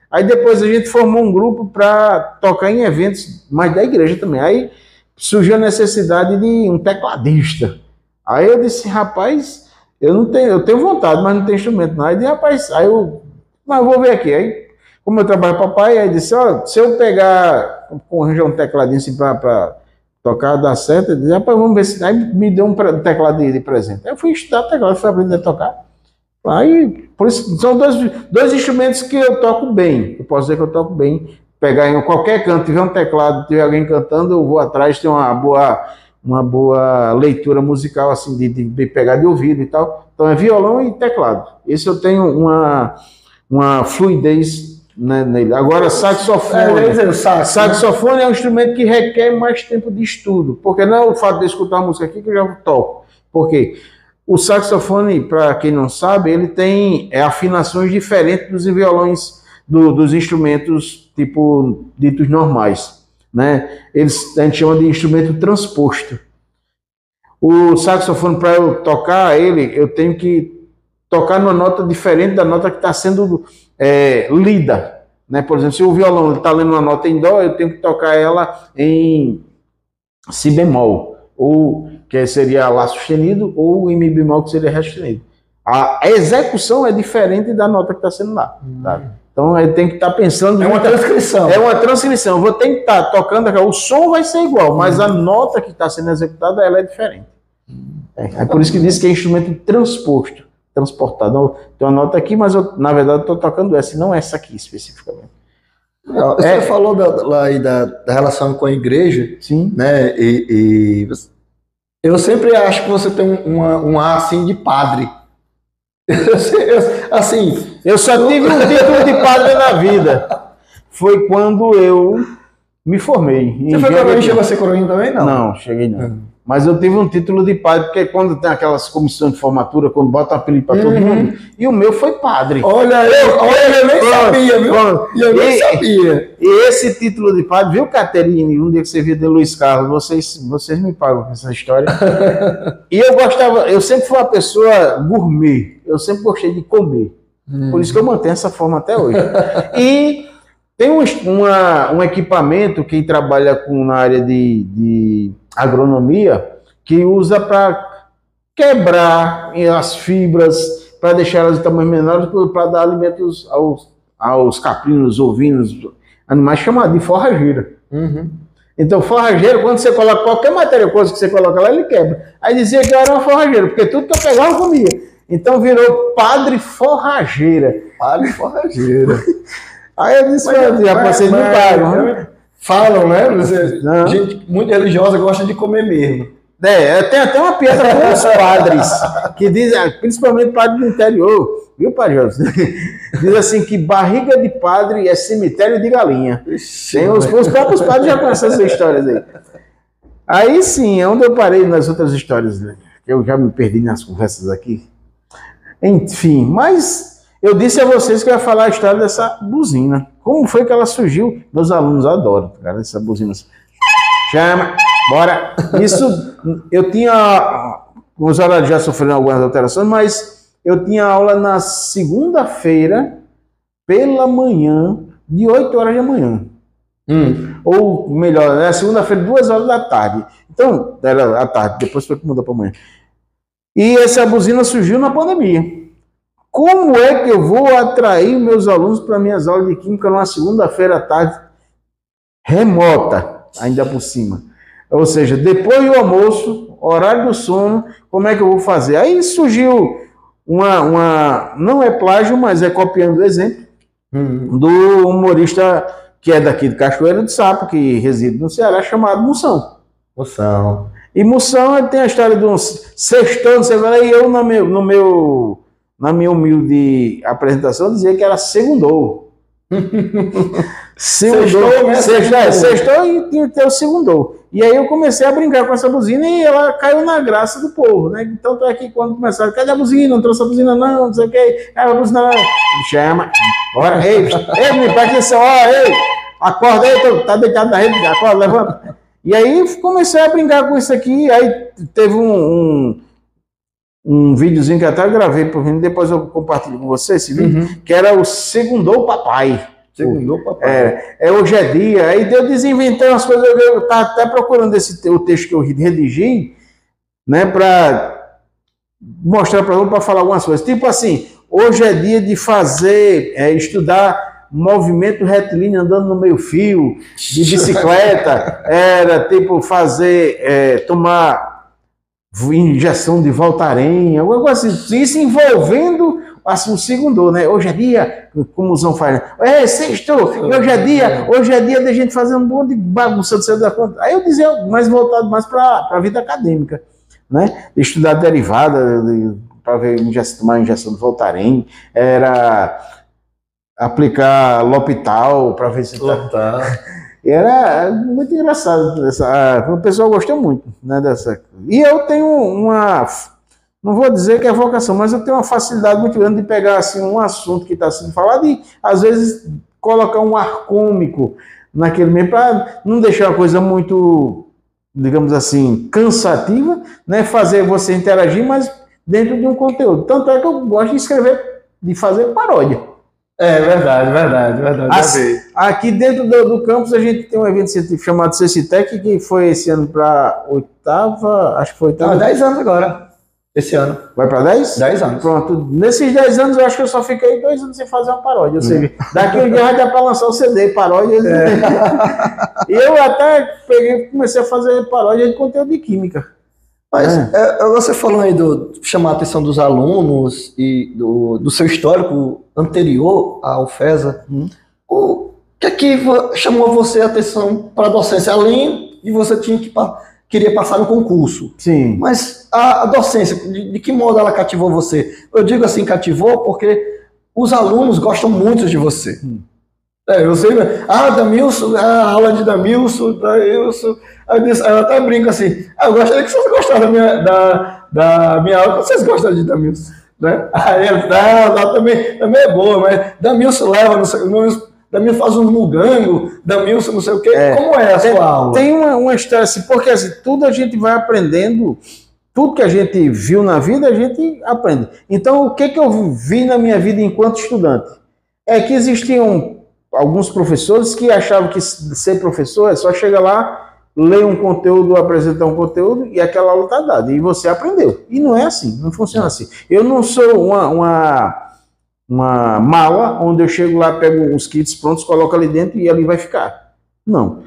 Aí depois a gente formou um grupo para tocar em eventos, mas da igreja também. Aí surgiu a necessidade de um tecladista. Aí eu disse, rapaz, eu não tenho, eu tenho vontade, mas não tenho instrumento não. Aí eu disse, rapaz, aí eu, mas eu vou ver aqui. Aí, como eu trabalho com o papai, aí disse, ó, se eu pegar, arranjar um tecladinho assim para tocar, dar certo, eu disse, rapaz, vamos ver se... Aí me deu um teclado de, de presente. Aí eu fui estudar teclado, fui aprender a tocar. Aí, por isso, são dois, dois instrumentos que eu toco bem. Eu posso dizer que eu toco bem. Pegar em qualquer canto, tiver um teclado, tiver alguém cantando, eu vou atrás, tem uma boa, uma boa leitura musical, assim, de, de, de pegar de ouvido e tal. Então é violão e teclado. Esse eu tenho uma, uma fluidez, né, nele. Agora, saxofone. É, é, sax, saxofone, né? É um instrumento que requer mais tempo de estudo. Porque não é o fato de escutar a música aqui que eu já toco. Por quê? O saxofone, para quem não sabe, ele tem é, afinações diferentes dos violões, do, dos instrumentos tipo ditos normais, né? Eles, a gente chama de instrumento transposto. O saxofone, para eu tocar ele, eu tenho que tocar numa nota diferente da nota que está sendo é, lida, né? Por exemplo, se o violão está lendo uma nota em dó, eu tenho que tocar ela em si bemol, ou que seria lá sustenido, ou em mi bemol, que seria ré sustenido. A execução é diferente da nota que está sendo lá. Hum. Tá? Então eu tenho que estar tá pensando... É uma transcrição. É uma transcrição. Eu vou ter que estar tá tocando, o som vai ser igual, hum. mas a nota que está sendo executada, ela é diferente. Hum. É, é por isso que diz que é instrumento transposto, transportado. Então, tem uma nota aqui, mas eu, na verdade, estou tocando essa, e não essa aqui especificamente. Você é, falou da, lá da, da relação com a igreja, sim, né? E, e eu sempre acho que você tem um, uma, um ar assim de padre. Eu, assim, eu só tive um título de padre na vida. Foi quando eu me formei. Você foi coroinha? Chegou a ser coroinha também? Não, não, cheguei não. Uhum. Mas eu tive um título de padre, porque quando tem aquelas comissões de formatura, quando bota um apelido para todo uhum. mundo, e o meu foi padre. Olha, eu, olha, eu nem pronto, sabia, viu? Pronto. Eu nem e, sabia. E esse título de padre, viu, Caterine, um dia que você viu de Luiz Carlos, vocês, vocês me pagam com essa história. E eu gostava, eu sempre fui uma pessoa gourmet, eu sempre gostei de comer. Uhum. Por isso que eu mantenho essa forma até hoje. E tem um, uma, um equipamento que trabalha com, na área de, de agronomia, que usa para quebrar as fibras, para deixar elas de tamanho menor, para dar alimentos aos, aos caprinos, ovinos, animais chamados de forrageira. Uhum. Então, forrageira, quando você coloca qualquer matéria, coisa que você coloca lá, ele quebra. Aí dizia que eu era uma forrageira, porque tudo que eu pegava eu comia. Então virou padre forrageira. Padre forrageira. Aí eu disse, mas, já mas, vocês mas, me pagam, né? Falam, né? Você, gente muito religiosa gosta de comer mesmo. É, tem até uma piada com os padres, que dizem, principalmente padre do interior, viu, Padre José? Diz assim que barriga de padre é cemitério de galinha. Ixi, tem os, os próprios padres já conhecem essas histórias aí. Aí sim, é onde eu parei nas outras histórias, né? Eu já me perdi nas conversas aqui. Enfim, mas eu disse a vocês que eu ia falar a história dessa buzina. Como foi que ela surgiu? Meus alunos adoram, cara, essa buzina. Chama, bora. Isso, eu tinha, os horários já sofreram algumas alterações, mas eu tinha aula na segunda-feira, pela manhã, de oito horas da manhã. Hum. Ou melhor, na segunda-feira, duas horas da tarde. Então, era à tarde, depois foi que mudou para amanhã. E essa buzina surgiu na pandemia. Como é que eu vou atrair meus alunos para minhas aulas de química numa segunda-feira à tarde remota, ainda por cima? Ou seja, depois do almoço, horário do sono, como é que eu vou fazer? Aí surgiu uma, uma não é plágio, mas é copiando o exemplo hum. do humorista que é daqui de Cachoeira do Sapo, que reside no Ceará, chamado Moção. Moção. E Moção, ele tem a história de um sextou, você vai lá, e eu no meu, no meu, na minha humilde apresentação dizia que era segundou. Sextou, sextou, sextou e tinha que ter o segundou. E aí eu comecei a brincar com essa buzina e ela caiu na graça do povo, né? Então tô aqui quando começaram, cadê a buzina? Não trouxe a buzina não, não sei o que. Ah, a buzina não. Me chama, bora, ei, ei, me presta atenção, ó, ei, acorda aí, tô, tá deitado na rede, acorda, levanta. E aí comecei a brincar com isso aqui, aí teve um, um, um videozinho que até eu gravei, por depois eu compartilho com você esse vídeo, uhum. que era o Segundou Papai. Segundou, papai. É, é Hoje é Dia. Aí eu desinventei umas coisas, eu estava até procurando esse, o texto que eu redigi, né, para mostrar para você, para falar algumas coisas. Tipo assim, hoje é dia de fazer, é, estudar movimento retilíneo andando no meio fio, de bicicleta, era tipo fazer, é, tomar injeção de Voltaren, alguma coisa assim, isso envolvendo assim, o segundo, né? Hoje é dia, como o Zão faz, é sexto, hoje é dia, hoje é dia da gente fazer um monte de bagunça do seu da conta. Aí eu dizia, mais voltado mais para a vida acadêmica, né? Estudar derivada, para ver injeção, tomar injeção de Voltaren, era aplicar Lopital para ver se tá. Era muito engraçado. Essa, o pessoal gostou muito, né, dessa. E eu tenho uma, não vou dizer que é vocação, mas eu tenho uma facilidade muito grande de pegar assim, um assunto que está sendo falado e, às vezes, colocar um ar cômico naquele meio, para não deixar uma coisa muito, digamos assim, cansativa, né, fazer você interagir, mas dentro de um conteúdo. Tanto é que eu gosto de escrever, de fazer paródia. É verdade, verdade, verdade. Assim, aqui dentro do, do campus a gente tem um evento científico chamado CECITEC, que foi esse ano para oitava, acho que foi oitava. Não, dez anos agora, esse ano. Vai para dez? dez anos. Pronto, nesses dez anos eu acho que eu só fiquei dois anos sem fazer uma paródia, ou seja, daqui um dia vai dar para lançar o C D, paródia. É. E eu até peguei, comecei a fazer paródia de conteúdo de química. Mas é. É, você falou aí do chamar a atenção dos alunos e do, do seu histórico anterior à UFESA, hum. o que é que chamou você a atenção para a docência, além de você tinha que, queria passar no concurso? Sim. Mas a, a docência, de, de que modo ela cativou você? Eu digo assim, cativou porque os alunos gostam muito de você. Hum. É, eu sei, ah, Damilson, a aula de Damilson, Damilson. Aí eu até brinco assim, ah, eu gostaria que vocês gostassem da minha, da, da minha aula, vocês gostam de Damilson, né? Aí ele, não, não, também, também é boa, mas Damilson leva, não sei, Damilson faz um mugango, Damilson não sei o quê, é, como é a sua tem, aula? Tem uma, uma história assim, porque assim, tudo a gente vai aprendendo, tudo que a gente viu na vida, a gente aprende. Então, o que, que eu vi na minha vida enquanto estudante? É que existiam alguns professores que achavam que ser professor é só chegar lá, ler um conteúdo, apresentar um conteúdo e aquela aula está dada. E você aprendeu. E não é assim, não funciona assim. Eu não sou uma, uma, uma mala onde eu chego lá, pego os kits prontos, coloco ali dentro e ali vai ficar. Não.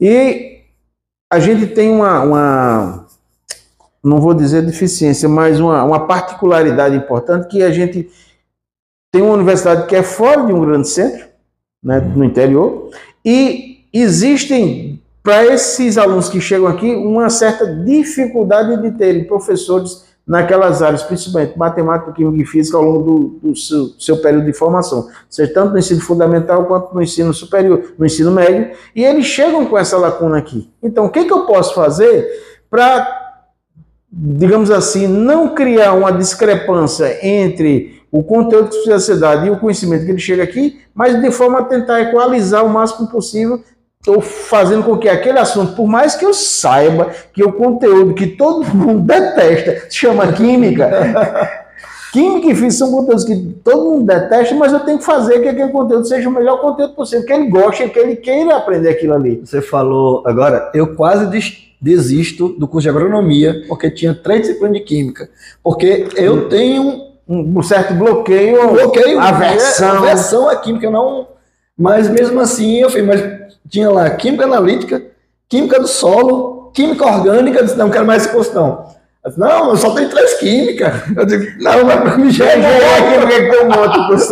E a gente tem uma, uma não vou dizer deficiência, mas uma, uma particularidade importante que a gente tem uma universidade que é fora de um grande centro, né, no interior, e existem, para esses alunos que chegam aqui, uma certa dificuldade de terem professores naquelas áreas, principalmente matemática, química e física, ao longo do, do seu, seu período de formação, seja tanto no ensino fundamental quanto no ensino superior, no ensino médio, e eles chegam com essa lacuna aqui. Então, o que, que eu posso fazer para, digamos assim, não criar uma discrepância entre o conteúdo que precisa ser dado e o conhecimento que ele chega aqui, mas de forma a tentar equalizar o máximo possível, estou fazendo com que aquele assunto, por mais que eu saiba que o conteúdo que todo mundo detesta se chama química, química e física são conteúdos que todo mundo detesta, mas eu tenho que fazer que aquele conteúdo seja o melhor conteúdo possível, que ele goste, que ele queira aprender aquilo ali. Você falou agora, eu quase desisto do curso de agronomia, porque tinha três disciplinas de química, porque eu tenho um certo bloqueio, um bloqueio, aversão. aversão à química, não, mas mesmo assim eu fiz, mas tinha lá química analítica, química do solo, química orgânica, eu disse, não quero mais esse curso não. Eu disse, não, eu só tenho três químicas. Eu disse, não, mas para me engenharia química que tem um outro curso.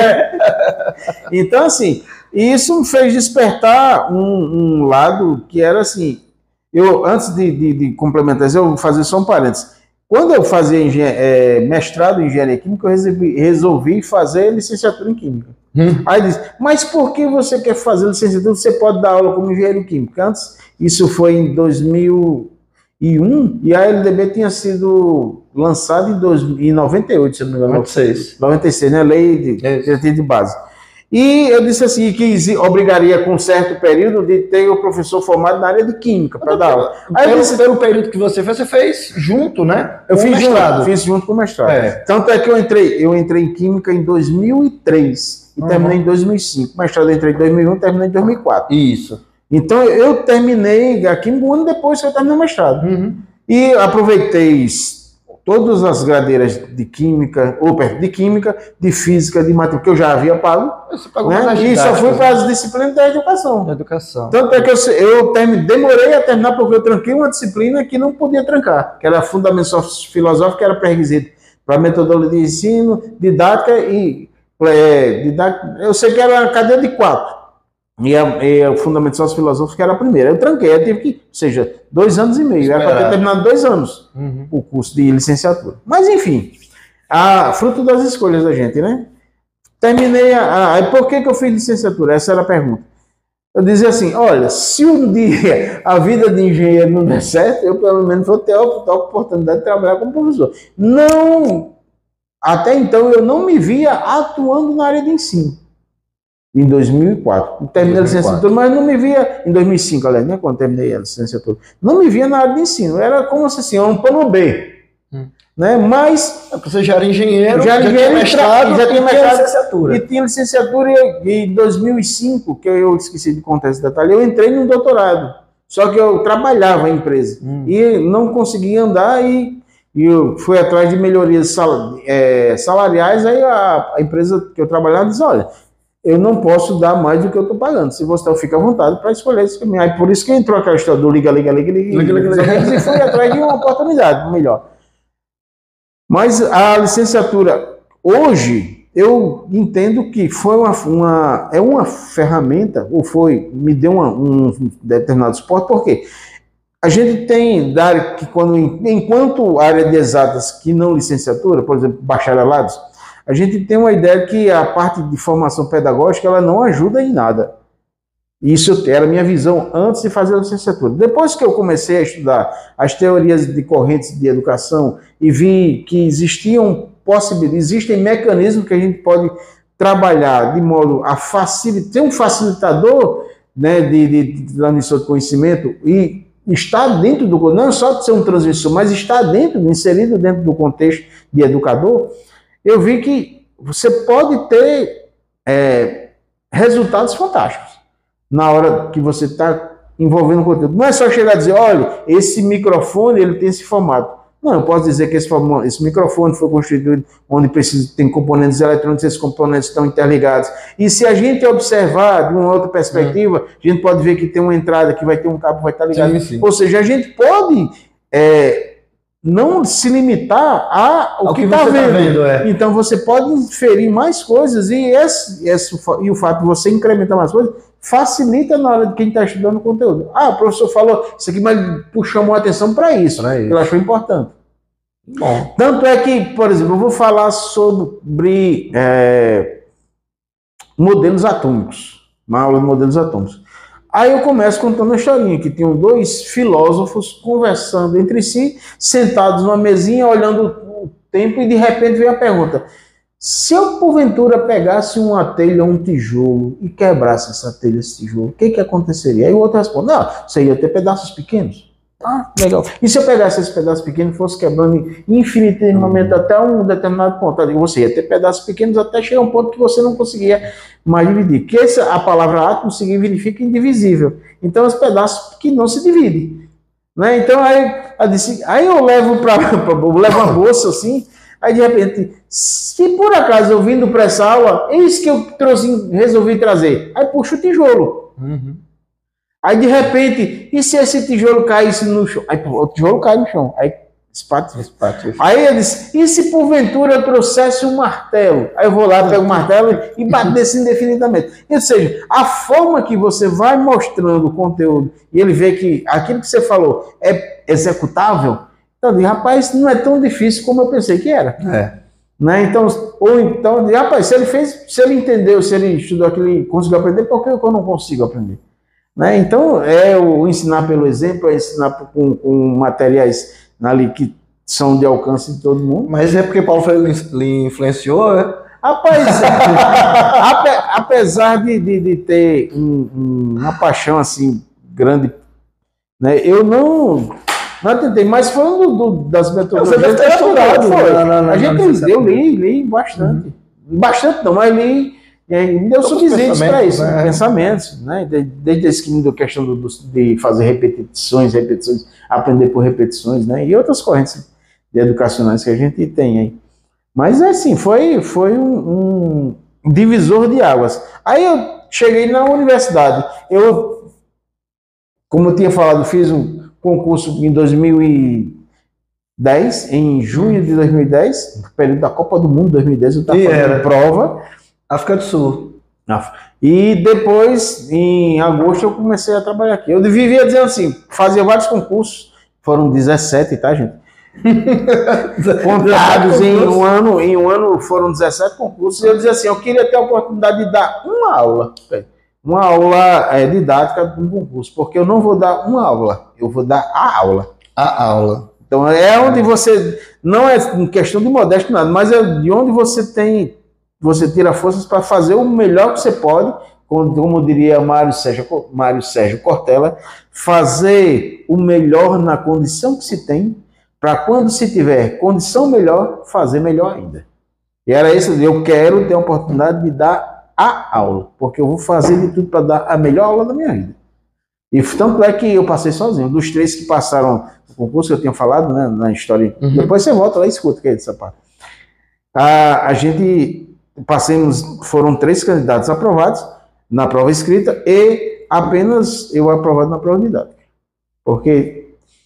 Então assim, isso me fez despertar um, um lado que era assim, eu antes de, de, de complementar isso, eu vou fazer só um parênteses. Quando eu fazia é, mestrado em engenharia química, eu resolvi, resolvi fazer licenciatura em química. Hum. Aí disse, mas por que você quer fazer licenciatura? Você pode dar aula como engenheiro químico. Antes, isso foi em dois mil e um, e a L D B tinha sido lançada em, dois, em noventa e oito, se não me engano. noventa e seis. noventa e seis, né? Lei de, é. de, de base. E eu disse assim, que obrigaria com um certo período de ter o professor formado na área de química para dar aula. Aí pelo, disse, pelo período que você fez, você fez junto, né? Eu fiz junto, fiz junto com o mestrado. É. Tanto é que eu entrei, eu entrei em química em dois mil e três. e uhum. terminei em dois mil e cinco. Mestrado eu entrei em dois mil e um e terminei em dois mil e quatro. Isso. Então eu terminei aqui um ano depois que eu terminei o mestrado. Uhum. E aproveitei todas as gradeiras de química, ou de química, de física, de matemática, que eu já havia pago. Né? E só fui para as disciplinas da educação. Da educação. Tanto é que eu, eu term, demorei a terminar porque eu tranquei uma disciplina que não podia trancar, que era Fundamentos Filosóficos, que era pré-requisito para metodologia de ensino, didática e... É, didática, eu sei que era uma cadeia de quatro. E, a, e o Fundamentos Sociofilosóficos era a primeira. Eu tranquei, eu tive que, ou seja, dois anos e meio. Esperar. Era para ter terminado dois anos uhum. o curso de licenciatura. Mas, enfim, a, fruto das escolhas da gente, né? Terminei a... a por que, que eu fiz licenciatura? Essa era a pergunta. Eu dizia assim, olha, se um dia a vida de engenheiro não der certo, eu pelo menos vou ter a, a oportunidade de trabalhar como professor. Não... Até então, eu não me via atuando na área de ensino. Em dois mil e quatro. Terminei a licenciatura, mas não me via... Em dois mil e cinco, aliás, né, quando terminei a licenciatura. Não me via na área de ensino. Era como se assim, um plano B. Hum. Né? Mas... Você já era engenheiro, já, já tinha mestrado, já tinha mestrado, licenciatura. E tinha licenciatura e em dois mil e cinco, que eu esqueci de contar esse detalhe, eu entrei num doutorado. Só que eu trabalhava em empresa. Hum. E não conseguia andar e... E eu fui atrás de melhorias sal, é, salariais, aí a, a empresa que eu trabalhava disse, olha, eu não posso dar mais do que eu estou pagando. Se você fica à vontade para escolher esse caminho. Aí por isso que entrou aquela história do liga, liga, liga, liga, liga, liga, liga. E fui atrás de uma oportunidade melhor. Mas a licenciatura, hoje, eu entendo que foi uma, uma, é uma ferramenta, ou foi, me deu uma, um determinado suporte, por quê? A gente tem, que quando, enquanto área de exatas que não licenciatura, por exemplo, bacharelados, a gente tem uma ideia que a parte de formação pedagógica ela não ajuda em nada. Isso era a minha visão antes de fazer a licenciatura. Depois que eu comecei a estudar as teorias de correntes de educação e vi que existiam possibilidades, existem mecanismos que a gente pode trabalhar de modo a facilitar, ter um facilitador, né, de, de, de transmissão de conhecimento e está dentro do, não só de ser um transmissor, mas está dentro, inserido dentro do contexto de educador, eu vi que você pode ter é, resultados fantásticos na hora que você está envolvendo o conteúdo. Não é só chegar e dizer, olha, esse microfone ele tem esse formato. Não, eu posso dizer que esse, esse microfone foi construído onde precisa, tem componentes eletrônicos, esses componentes estão interligados. E se a gente observar de uma outra perspectiva, hum. a gente pode ver que tem uma entrada, que vai ter um cabo que vai estar ligado. Sim, sim. Ou seja, a gente pode é, não se limitar a o Ao que está vendo. Tá vendo é. Então você pode inferir mais coisas e, esse, esse, e o fato de você incrementar mais coisas facilita na hora de quem está estudando o conteúdo. Ah, o professor falou isso aqui, mas chamou a atenção para isso. Pra isso. Ele achou importante. Bom. Tanto é que, por exemplo, eu vou falar sobre é, modelos atômicos. Uma aula de modelos atômicos. Aí eu começo contando uma historinha, que tinham dois filósofos conversando entre si, sentados numa mesinha, olhando o tempo, e de repente veio a pergunta: se eu, porventura, pegasse uma telha ou um tijolo e quebrasse essa telha, esse tijolo, o que que aconteceria? Aí o outro responde: não, você ia ter pedaços pequenos. Ah, legal. E se eu pegasse esses pedaços pequenos e fosse quebrando infinitamente uhum. até um determinado ponto? Aí você ia ter pedaços pequenos até chegar a um ponto que você não conseguia mais dividir. Porque essa, a palavra átomo significa indivisível. Então, os pedaços que não se dividem. Né? Então, aí eu, disse, aí eu levo para levo uma bolsa assim. Aí, de repente, se por acaso eu vindo para essa aula, eis que eu trouxe, resolvi trazer. Aí puxo o tijolo. Uhum. Aí, de repente, e se esse tijolo caísse no chão? Aí o tijolo cai no chão. Aí, espate, espate. Aí ele disse, e se porventura eu trouxesse um martelo? Aí eu vou lá, pego o martelo e bato desse indefinidamente. Ou seja, a forma que você vai mostrando o conteúdo e ele vê que aquilo que você falou é executável, então eu digo, rapaz, não é tão difícil como eu pensei que era. É. Né? Então, ou então, eu digo, rapaz, se ele fez, se ele entendeu, se ele estudou aquilo e conseguiu aprender, por que eu não consigo aprender? Né? Então, é o ensinar pelo exemplo, é ensinar com, com materiais ali que são de alcance de todo mundo. Mas é porque Paulo lhe influenciou, né? Rapaz, apesar de, de, de ter um, um, uma paixão assim grande, né, eu não, não tentei, mas falando do, das metodologias... Você deve ter estudado, foi. Não, não, não, a gente, não, eu li, li bastante. Uhum. Bastante não, mas li... E aí me deu Todos subsídios para isso, né? pensamentos, né? Desde esse que me deu questão do, do, de fazer repetições, repetições, aprender por repetições, né? E outras correntes de educacionais que a gente tem aí. Mas assim, foi, foi um, um divisor de águas. Aí eu cheguei na universidade. Eu, como eu tinha falado, fiz um concurso em dois mil e dez, em junho de dois mil e dez, no período da Copa do Mundo dois mil e dez, eu estava fazendo era prova. África do Sul. E depois, em agosto, eu comecei a trabalhar aqui. Eu vivia dizendo assim, fazia vários concursos, foram dezessete, tá, gente? Contados em um ano, em um ano foram dezessete concursos, e eu dizia assim, eu queria ter a oportunidade de dar uma aula, uma aula é, didática de um concurso, porque eu não vou dar uma aula, eu vou dar a aula. A aula. Então é onde você, não é questão de modéstia nada, mas é de onde você tem, você tira forças para fazer o melhor que você pode, como, como diria Mário Sérgio, Mário Sérgio Cortella, fazer o melhor na condição que se tem, para quando se tiver condição melhor, fazer melhor ainda. E era isso, eu quero ter a oportunidade de dar a aula, porque eu vou fazer de tudo para dar a melhor aula da minha vida. E tanto é que eu passei sozinho, dos três que passaram o concurso que eu tinha falado, né, na história, uhum. Depois você volta lá e escuta que é essa parte. A, a gente, passemos, foram três candidatos aprovados na prova escrita e apenas eu aprovado na prova didática. Porque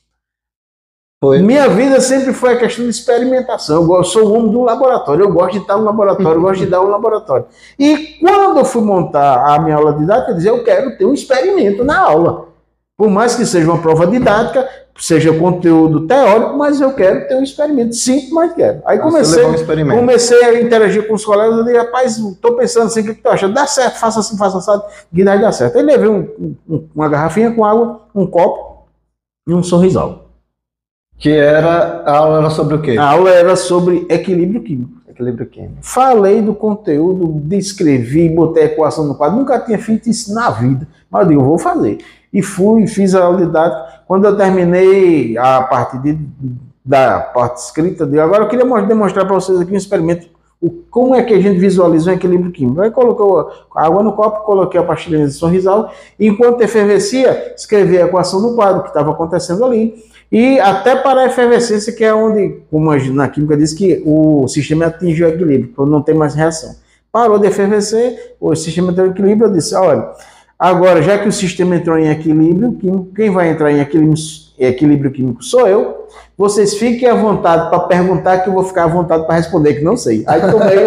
Foi. minha vida sempre foi a questão de experimentação. Eu sou o homem do laboratório, eu gosto de estar no laboratório, eu gosto de dar um laboratório. E quando eu fui montar a minha aula didática, eu dizia, eu quero ter um experimento na aula. Por mais que seja uma prova didática, seja conteúdo teórico, mas eu quero ter um experimento. Simples, mas quero. Aí comecei, um comecei a interagir com os colegas, eu disse, rapaz, estou pensando assim, o que, que tu acha? Dá certo, faça assim, faça assim, Guilherme, dá certo. Aí levei um, um, uma garrafinha com água, um copo e um sorrisal. Que era, a aula era sobre o quê? A aula era sobre equilíbrio químico. Equilíbrio químico. Falei do conteúdo, descrevi, botei a equação no quadro, nunca tinha feito isso na vida, mas eu digo, vou fazer. E fui, fiz a aula didática. Quando eu terminei a parte de, da parte escrita, eu digo, agora eu queria demonstrar para vocês aqui um experimento, o, como é que a gente visualiza um equilíbrio químico. Aí colocou a água no copo, coloquei a pastilha de sorrisal, e enquanto efervescia, escrevi a equação no quadro, que estava acontecendo ali. E até para a efervescência, que é onde, como na química diz, que o sistema atingiu o equilíbrio, quando não tem mais reação. Parou de efervescer, o sistema entrou em equilíbrio, eu disse, olha, agora, já que o sistema entrou em equilíbrio químico, quem vai entrar em equilíbrio, equilíbrio químico sou eu, vocês fiquem à vontade para perguntar, que eu vou ficar à vontade para responder, que não sei. Aí tomei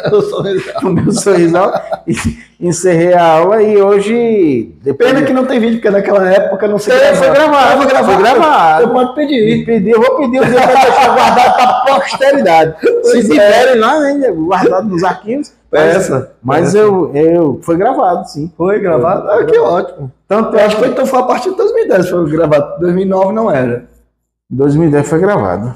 o meu sorrisal e encerrei a aula e hoje... Pena de... que não tem vídeo, porque naquela época não sei. É, foi gravado, foi gravado. Foi gravado. Eu posso pedir. pedir. Eu vou pedir o dia para deixar guardado para a posteridade. Se tiverem lá, ainda guardado nos arquivos. Peça. Mas Peça. Eu, eu... Foi gravado, sim. Foi gravado? Ah, que ótimo. Tanto eu acho que foi, então foi a partir de dois mil e dez, foi gravado. dois mil e nove não era. dois mil e dez foi gravado.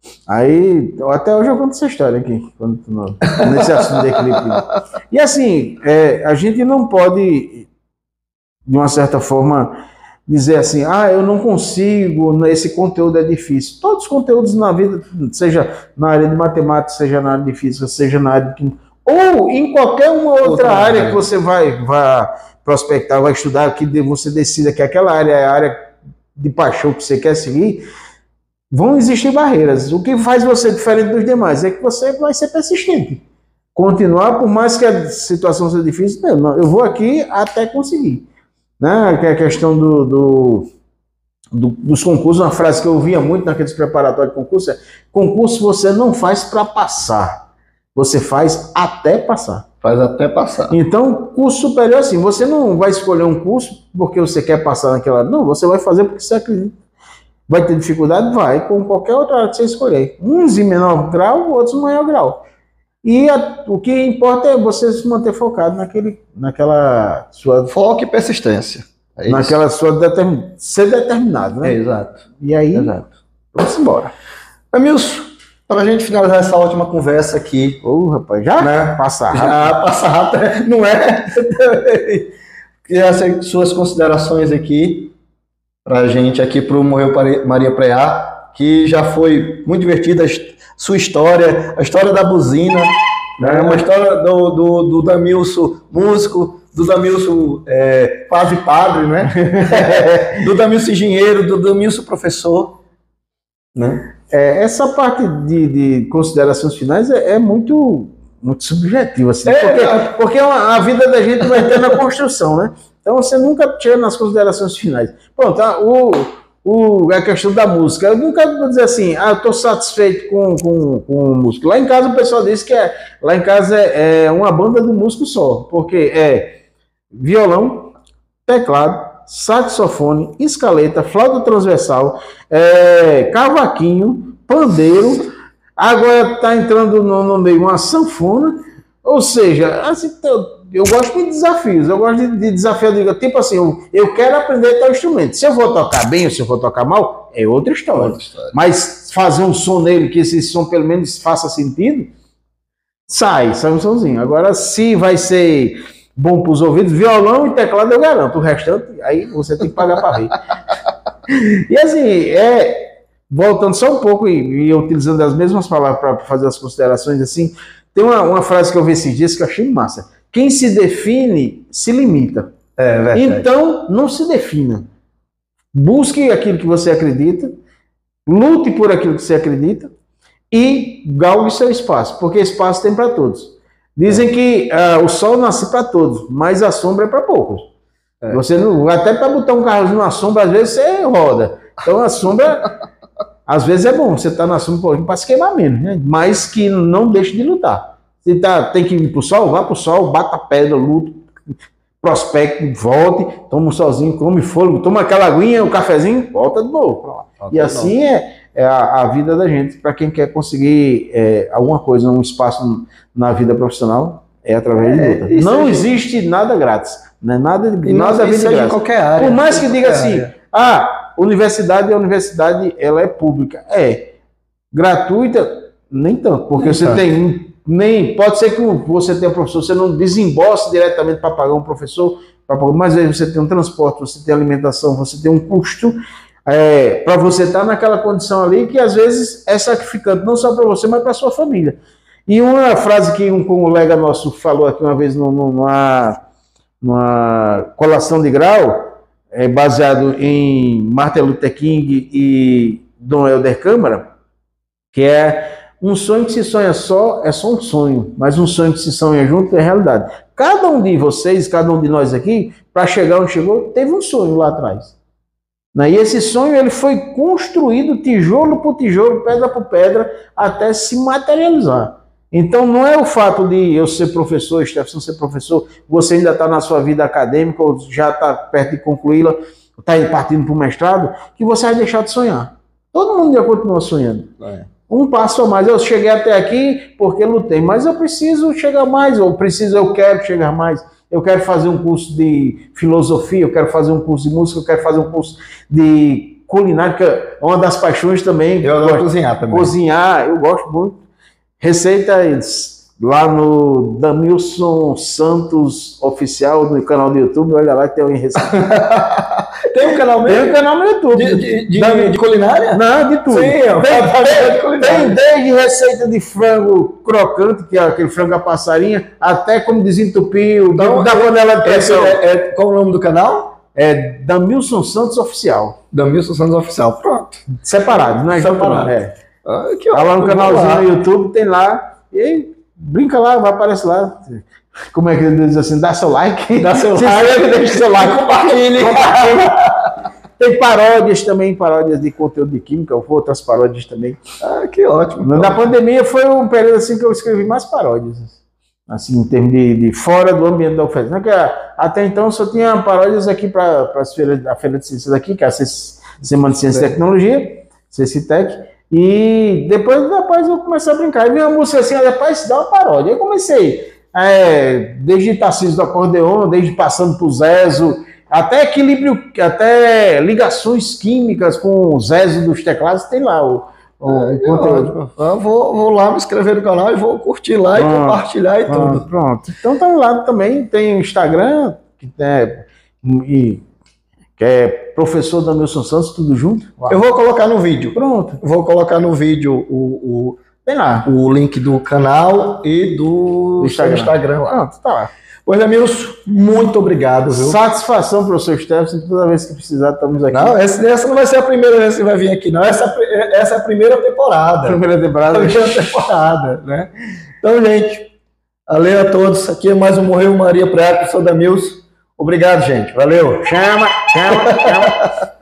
Aí, até hoje eu conto essa história aqui, quando tu não, nesse assunto de equilíbrio. E assim, é, a gente não pode, de uma certa forma, dizer assim, ah, eu não consigo, esse conteúdo é difícil. Todos os conteúdos na vida, seja na área de matemática, seja na área de física, seja na área de química, ou em qualquer uma outra, outra área, área que você vai, vai prospectar, vai estudar, que você decida que aquela área é a área de paixão que você quer seguir, vão existir barreiras. O que faz você diferente dos demais é que você vai ser persistente. Continuar, por mais que a situação seja difícil, não, não, eu vou aqui até conseguir. Né? Que é a questão do, do, do, dos concursos, uma frase que eu ouvia muito naqueles preparatórios de concurso é: concurso você não faz para passar, você faz até passar. Faz até passar. Então, curso superior, assim, você não vai escolher um curso porque você quer passar naquela... Não, você vai fazer porque você acredita. Vai ter dificuldade? Vai, com qualquer outra área que você escolher. Uns em menor grau, outros em maior grau. E a, o que importa é você se manter focado naquele, naquela sua... Foco e persistência. É naquela isso. sua... Determin, ser determinado, né? É, exato. E aí, exato. Vamos embora. Amilson, para a gente finalizar essa última conversa aqui... Ô, oh, rapaz, já? Né? Passa rápido. Já, passa rápido, não é? E essas suas considerações aqui... para a gente aqui para o Morreu Maria Preá, que já foi muito divertida a sua história, a história da buzina, É uma história do, do, do Damilson músico, do Damilson é, quase padre, né? Do Damilson engenheiro, do Damilson professor, né? É, essa parte de, de considerações finais é, é muito, muito subjetiva, assim, É, porque, é. porque a vida da gente vai ter na construção, né? Então você nunca chega nas considerações finais. Pronto, o, o, a questão da música, eu nunca vou dizer assim, ah, eu estou satisfeito com, com, com música. Lá em casa o pessoal diz que é, lá em casa é, é uma banda de músico só, porque é violão, teclado, saxofone, escaleta, flauta transversal, é, cavaquinho, pandeiro, agora está entrando no, no meio uma sanfona, ou seja, assim, eu, eu gosto de desafios, eu gosto de, de desafios, de, tipo assim, eu, eu quero aprender tal instrumento, se eu vou tocar bem ou se eu vou tocar mal, é outra história, outra história. Mas fazer um som nele, que esse som pelo menos faça sentido, sai, sai um somzinho. Agora, se vai ser bom para os ouvidos, violão e teclado eu garanto, o restante, aí você tem que pagar para ver. E assim, é, voltando só um pouco e, e utilizando as mesmas palavras para fazer as considerações, assim, tem uma, uma frase que eu vi esses dias que eu achei massa. Quem se define, se limita. É verdade. Então, não se defina. Busque aquilo que você acredita, lute por aquilo que você acredita e galgue seu espaço, porque espaço tem para todos. Dizem que uh, o sol nasce para todos, mas a sombra é para poucos. É. Você não, até para botar um carrozinho na sombra, às vezes você roda. Então a sombra, às vezes é bom, você está na sombra para se queimar menos, né? Mas que não deixe de lutar. Você tá, tem que ir para o sol, vá para o sol, bata a pedra, luta, prospecte, volte, toma um solzinho, come fôlego, toma aquela aguinha, o um cafezinho, volta de novo. Volta e assim é, é a, a vida da gente, para quem quer conseguir é, alguma coisa, um espaço na vida profissional, é através de luta. É, não existe nada grátis, né? Nada, nada vida grátis. Em qualquer área. Por mais que diga assim, área. ah, universidade, a universidade ela é pública, é gratuita, nem tanto, porque nem você tanto. tem nem pode ser que você tenha professor, você não desembolse diretamente para pagar um professor, mas aí você tem um transporte, você tem alimentação, você tem um custo é, para você estar naquela condição ali que às vezes é sacrificante, não só para você, mas para sua família. E uma frase que um colega nosso falou aqui uma vez numa, numa colação de grau, é, baseado em Martin Luther King e Dom Helder Câmara, que é: um sonho que se sonha só é só um sonho, mas um sonho que se sonha junto é realidade. Cada um de vocês, cada um de nós aqui, para chegar onde chegou, teve um sonho lá atrás. E esse sonho ele foi construído tijolo por tijolo, pedra por pedra, até se materializar. Então não é o fato de eu ser professor, Stefson ser professor, você ainda está na sua vida acadêmica, ou já está perto de concluí-la, está partindo para o mestrado, que você vai deixar de sonhar. Todo mundo já continua sonhando. É. Um passo a mais. Eu cheguei até aqui porque lutei, mas eu preciso chegar mais, eu preciso, eu quero chegar mais. Eu quero fazer um curso de filosofia, eu quero fazer um curso de música, eu quero fazer um curso de culinária, que é uma das paixões também. Eu gosto de cozinhar também. Cozinhar, eu gosto muito. Receitas lá no Damilson Santos Oficial, no canal do YouTube, olha lá que tem uma receita. Tem um canal mesmo? Tem um canal no YouTube. De, de, de, de, de culinária? Não, de tudo. Sim, tem, tem, de culinária. Tem desde receita de frango crocante, que é aquele frango a passarinha, até como desentupir o então, da panela de pressão. É, é, qual o nome do canal? É Damilson Santos Oficial. Damilson Santos Oficial, pronto. Separado, não é? Separado. É. Ah, que tá lá no canalzinho no YouTube, tem lá, e brinca lá, vai aparecer lá. Como é que ele diz assim? Dá seu like. Dá seu like, deixa seu like, compartilhe. Tem paródias também, paródias de conteúdo de química, outras paródias também. Ah, que ótimo. Na pandemia foi um período assim que eu escrevi mais paródias. Assim, em termos de, de fora do ambiente da U F E S. Não, que até então só tinha paródias aqui para a Feira de Ciências aqui, que é a Semana de Ciência e Tecnologia, CECITEC. E depois, depois eu comecei a brincar. E vi uma música assim, rapaz, dá uma paródia. Aí eu comecei, é, desde Tarcísio do Acordeon, desde passando por Zezo, até equilíbrio, até ligações químicas com o Zezo dos teclados, tem lá o, o, é, o conteúdo. Eu vou, vou lá me inscrever no canal e vou curtir lá pronto, e compartilhar e pronto, tudo. Pronto. Então tá lá também, tem o Instagram, que é, e, que é professor Damilson Santos, tudo junto. Uau. Eu vou colocar no vídeo. Pronto. Vou colocar no vídeo o, o Tem lá. O link do canal e do, do Instagram. Instagram lá. Pronto, tá lá. Pois, Amilson, muito obrigado, viu? Satisfação, professor Stefson, toda vez que precisar, estamos aqui. Não, essa, essa não vai ser a primeira vez que vai vir aqui, não. Essa, essa é a primeira temporada. Primeira temporada. Primeira temporada, né? Então, gente, valeu a todos. Aqui é mais um Morreu Maria Praia, professor Damilson. Obrigado, gente. Valeu. Chama, chama, chama.